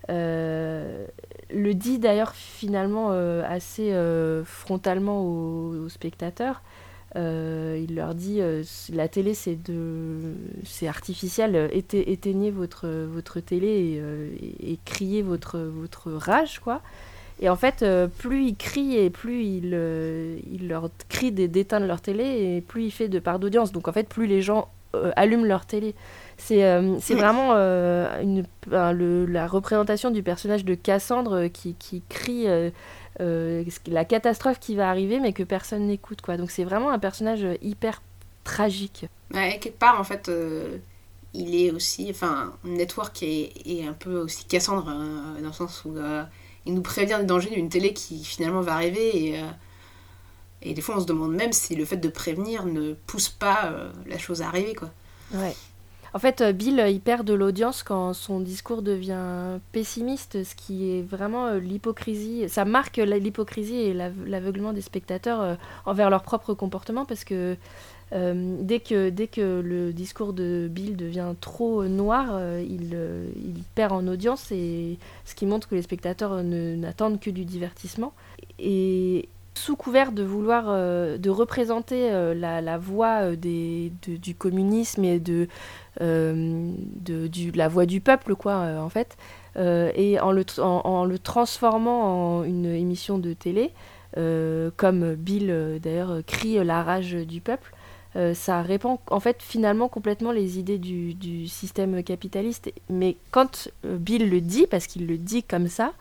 le dit d'ailleurs finalement assez frontalement aux spectateurs. Il leur dit la télé c'est artificiel, éteignez votre télé et criez votre rage, quoi. Et en fait, plus il crie et plus il leur crie d'éteindre leur télé, et plus il fait de part d'audience. Donc en fait, plus les gens allument leur télé. C'est vraiment la représentation du personnage de Cassandre qui crie la catastrophe qui va arriver, mais que personne n'écoute, quoi. Donc c'est vraiment un personnage hyper tragique. Ouais, quelque part, en fait, il est aussi... Enfin, Network est un peu aussi Cassandre, dans le sens où il nous prévient des dangers d'une télé qui finalement va arriver, et des fois on se demande même si le fait de prévenir ne pousse pas la chose à arriver, quoi. Ouais. En fait, Bill, il perd de l'audience quand son discours devient pessimiste, ce qui est vraiment l'hypocrisie. Ça marque l'hypocrisie et l'aveuglement des spectateurs envers leur propre comportement, parce que dès que le discours de Bill devient trop noir, il perd en audience, et ce qui montre que les spectateurs n'attendent que du divertissement. Et sous couvert de vouloir de représenter la voix du communisme et la voix du peuple, quoi, en fait, et en le transformant en une émission de télé, comme Bill d'ailleurs crie la rage du peuple, ça répand en fait finalement complètement les idées du système capitaliste. Mais quand Bill le dit, parce qu'il le dit comme ça,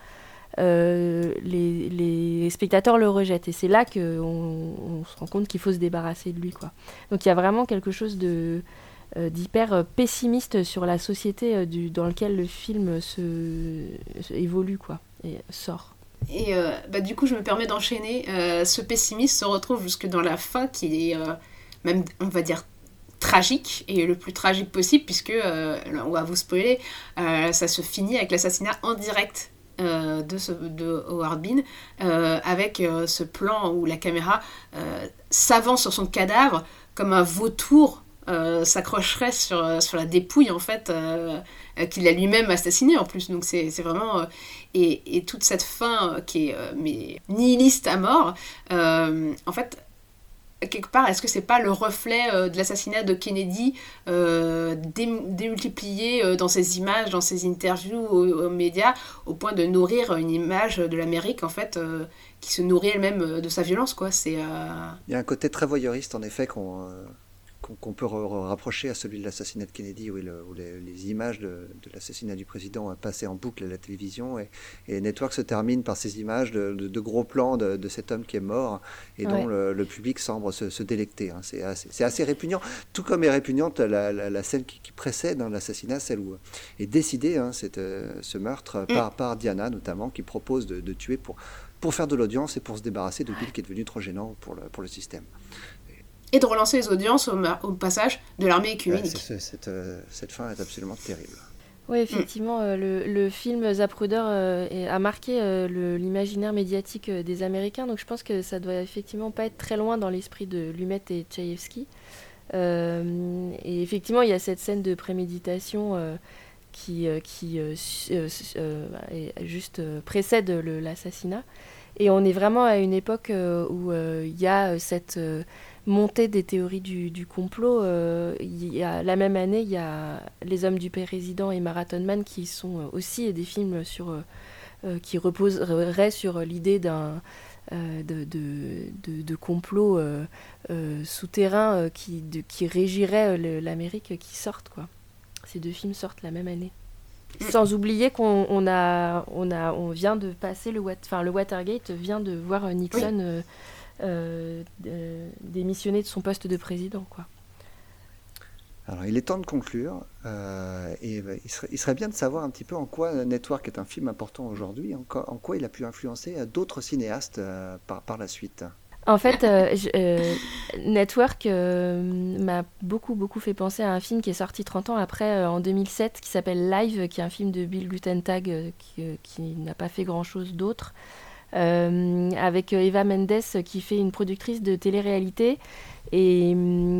les spectateurs le rejettent, et c'est là qu'on se rend compte qu'il faut se débarrasser de lui, quoi. Donc il y a vraiment quelque chose d'hyper pessimiste sur la société dans laquelle le film évolue, quoi, et sort. Et du coup, je me permets d'enchaîner. Ce pessimisme se retrouve jusque dans la fin, qui est même, on va dire, tragique, et le plus tragique possible, puisque, on va vous spoiler, ça se finit avec l'assassinat en direct de Howard Bean, avec ce plan où la caméra s'avance sur son cadavre comme un vautour s'accrocherait sur la dépouille, en fait, qu'il a lui-même assassiné en plus. Donc c'est vraiment et toute cette fin qui est mais nihiliste à mort, en fait, quelque part, est-ce que c'est pas le reflet de l'assassinat de Kennedy démultiplié dans ses images, dans ses interviews aux médias, au point de nourrir une image de l'Amérique, en fait, qui se nourrit elle-même de sa violence, quoi. Il y a un côté très voyeuriste, en effet, qu'on peut rapprocher à celui de l'assassinat de Kennedy, où les images de l'assassinat du président passaient en boucle à la télévision, et Network se termine par ces images de gros plans de cet homme qui est mort, et dont le public semble se délecter, hein. C'est assez répugnant, tout comme est répugnante la scène qui précède l'assassinat, celle où est décidé ce meurtre par Diana, notamment, qui propose de tuer pour faire de l'audience et pour se débarrasser de Bill, qui est devenu trop gênant pour le système. Et de relancer les audiences au passage de l'armée œcuménique. Cette fin est absolument terrible. Oui, effectivement, le film Zapruder a marqué l'imaginaire médiatique des Américains, donc je pense que ça doit effectivement pas être très loin dans l'esprit de Lumet et Tchaïevski. Et effectivement, il y a cette scène de préméditation qui juste précède l'assassinat. Et on est vraiment à une époque où il y a cette montée des théories du complot. La même année, il y a Les Hommes du Président et Marathon Man, qui sont aussi des films qui reposeraient sur l'idée de complot souterrain qui régirait l'Amérique, qui sortent, quoi. Ces deux films sortent la même année. Sans oublier qu'on vient de passer le Watergate vient de voir Nixon démissionner de son poste de président, quoi. Alors, il est temps de conclure, et il serait bien de savoir un petit peu en quoi Network est un film important aujourd'hui, en quoi il a pu influencer d'autres cinéastes par la suite. En fait, Network m'a beaucoup fait penser à un film qui est sorti 30 ans après, en 2007, qui s'appelle Live, qui est un film de Bill Guttentag qui n'a pas fait grand-chose d'autre, avec Eva Mendes qui fait une productrice de télé-réalité Et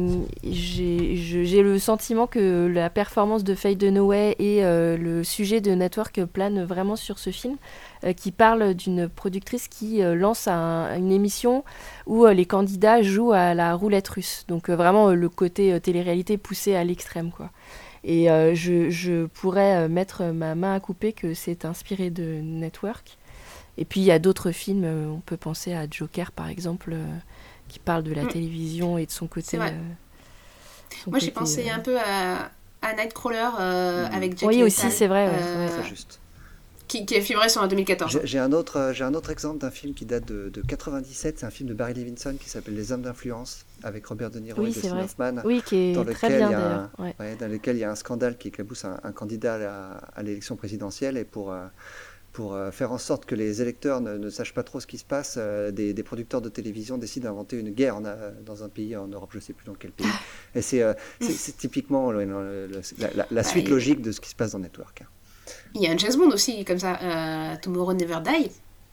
j'ai le sentiment que la performance de Faye Dunaway et le sujet de Network planent vraiment sur ce film, qui parle d'une productrice qui lance une émission où les candidats jouent à la roulette russe. Donc vraiment le côté télé-réalité poussé à l'extrême, quoi. Et je pourrais mettre ma main à couper que c'est inspiré de Network. Et puis il y a d'autres films, on peut penser à Joker par exemple, qui parle de la télévision et de son côté. C'est vrai. Moi j'ai pensé un peu à Nightcrawler avec Jake Oui, Gyllenhaal, aussi, c'est vrai. C'est juste. qui est filmé en 2014. J'ai un autre exemple d'un film qui date de 97. C'est un film de Barry Levinson qui s'appelle Les Hommes d'influence, avec Robert De Niro et Dustin Hoffman. Oui, qui est très bien d'ailleurs. Dans lequel il y a un scandale qui éclabousse un candidat à l'élection présidentielle, et pour faire en sorte que les électeurs ne sachent pas trop ce qui se passe, des producteurs de télévision décident d'inventer une guerre dans un pays en Europe, je ne sais plus dans quel pays. Et c'est typiquement la suite logique de ce qui se passe dans Network. Il y a un James Bond aussi comme ça, Tomorrow Never Die,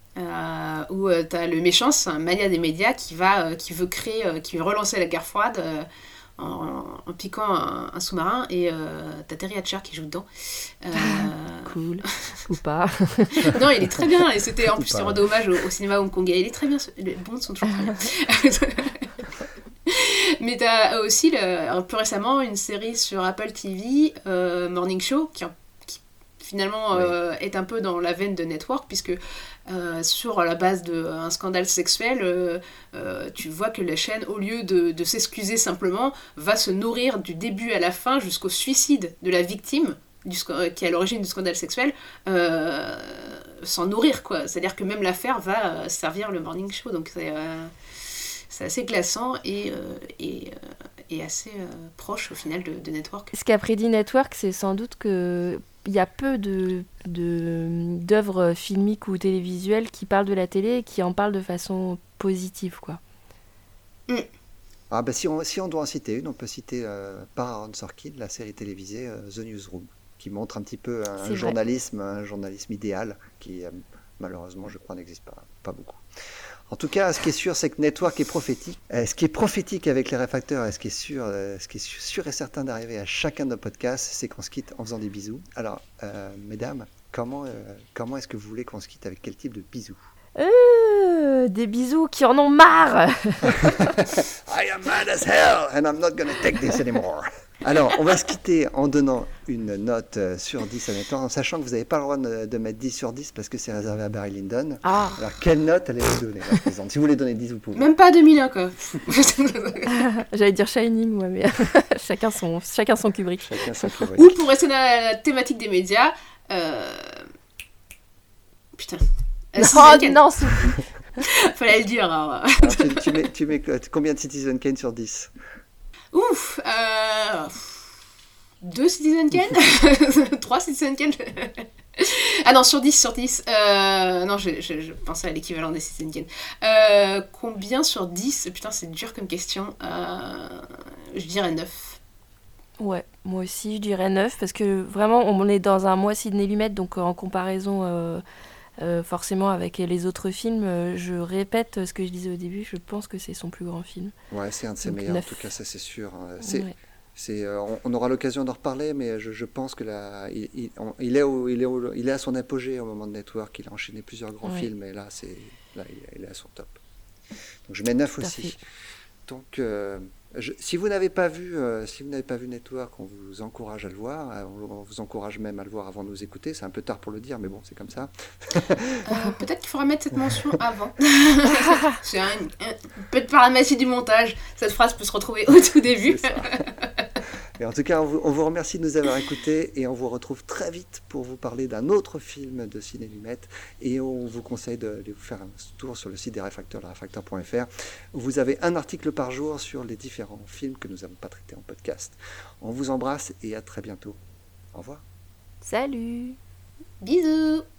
où tu as le méchant, c'est un mania des médias qui veut relancer la guerre froide en piquant un sous-marin, et t'as Terry Hatcher qui joue dedans. Cool. Ou pas. Non, il est très bien, et c'était en plus c'est rendu hommage au cinéma hongkongais. Il est très bien, les Bonds sont toujours très bien. Mais t'as aussi plus récemment une série sur Apple TV, Morning Show, qui finalement est un peu dans la veine de Network, puisque sur la base d'un scandale sexuel, tu vois que la chaîne, au lieu de s'excuser simplement, va se nourrir du début à la fin jusqu'au suicide de la victime qui est à l'origine du scandale sexuel, s'en nourrir, quoi. C'est-à-dire que même l'affaire va servir le morning show, donc c'est assez glaçant et assez proche au final de Network. Ce qu'a prédit Network, c'est sans doute qu'il y a peu d'œuvres filmiques ou télévisuelles qui parlent de la télé et qui en parlent de façon positive, quoi. Ah bah si on doit en citer une, on peut citer par Aaron Sorkin, la série télévisée The Newsroom, qui montre un petit peu un journalisme idéal qui malheureusement, je crois, n'existe pas beaucoup. En tout cas, ce qui est sûr, c'est que Network est prophétique. Ce qui est prophétique avec les réfacteurs, et ce qui est sûr et certain d'arriver à chacun de nos podcasts, c'est qu'on se quitte en faisant des bisous. Alors, mesdames, comment est-ce que vous voulez qu'on se quitte, avec quel type de bisous? Des bisous qui en ont marre. I am mad as hell and I'm not gonna take this anymore. Alors, on va se quitter en donnant une note sur 10 à Network, en sachant que vous n'avez pas le droit de mettre 10 sur 10 parce que c'est réservé à Barry Lyndon. Ah. Alors, quelle note allez-vous donner, la présente? Si vous voulez donner 10, vous pouvez. Même pas 2001, quoi. J'allais dire Shining, moi, mais chacun son Kubrick. Chacun son Kubrick. Ou pour rester dans la thématique des médias, putain. Non, fallait le dire. Alors, tu mets combien de Citizen Kane sur 10? Ouf, 2 Citizen Kane. 3 Citizen Kane. Ah non, sur 10. Non, je pensais à l'équivalent des Citizen Kane. Combien sur 10? Putain, c'est dur comme question. Je dirais 9. Ouais, moi aussi je dirais 9, parce que vraiment on est dans un mois Sidney Lumet, donc en comparaison forcément avec les autres films, je répète ce que je disais au début, je pense que c'est son plus grand film. Ouais, c'est un de ses meilleurs, 9. En tout cas, ça c'est sûr. Ouais. On aura l'occasion d'en reparler, mais je pense que il est à son apogée au moment de Network. Il a enchaîné plusieurs grands films, et là il est à son top. Donc je mets 9 aussi. Fait. Donc si vous n'avez pas vu Network, on vous encourage à le voir. On vous encourage même à le voir avant de nous écouter. C'est un peu tard pour le dire, mais bon, c'est comme ça. Peut-être qu'il faudra mettre cette mention avant. C'est peut-être par la magie du montage, cette phrase peut se retrouver au tout début. C'est ça. Et en tout cas, on vous remercie de nous avoir écoutés, et on vous retrouve très vite pour vous parler d'un autre film de Ciné Lumet, et on vous conseille de vous faire un tour sur le site des réfracteurs, lerefracteur.fr. Vous avez un article par jour sur les différents films que nous n'avons pas traités en podcast. On vous embrasse et à très bientôt. Au revoir. Salut. Bisous.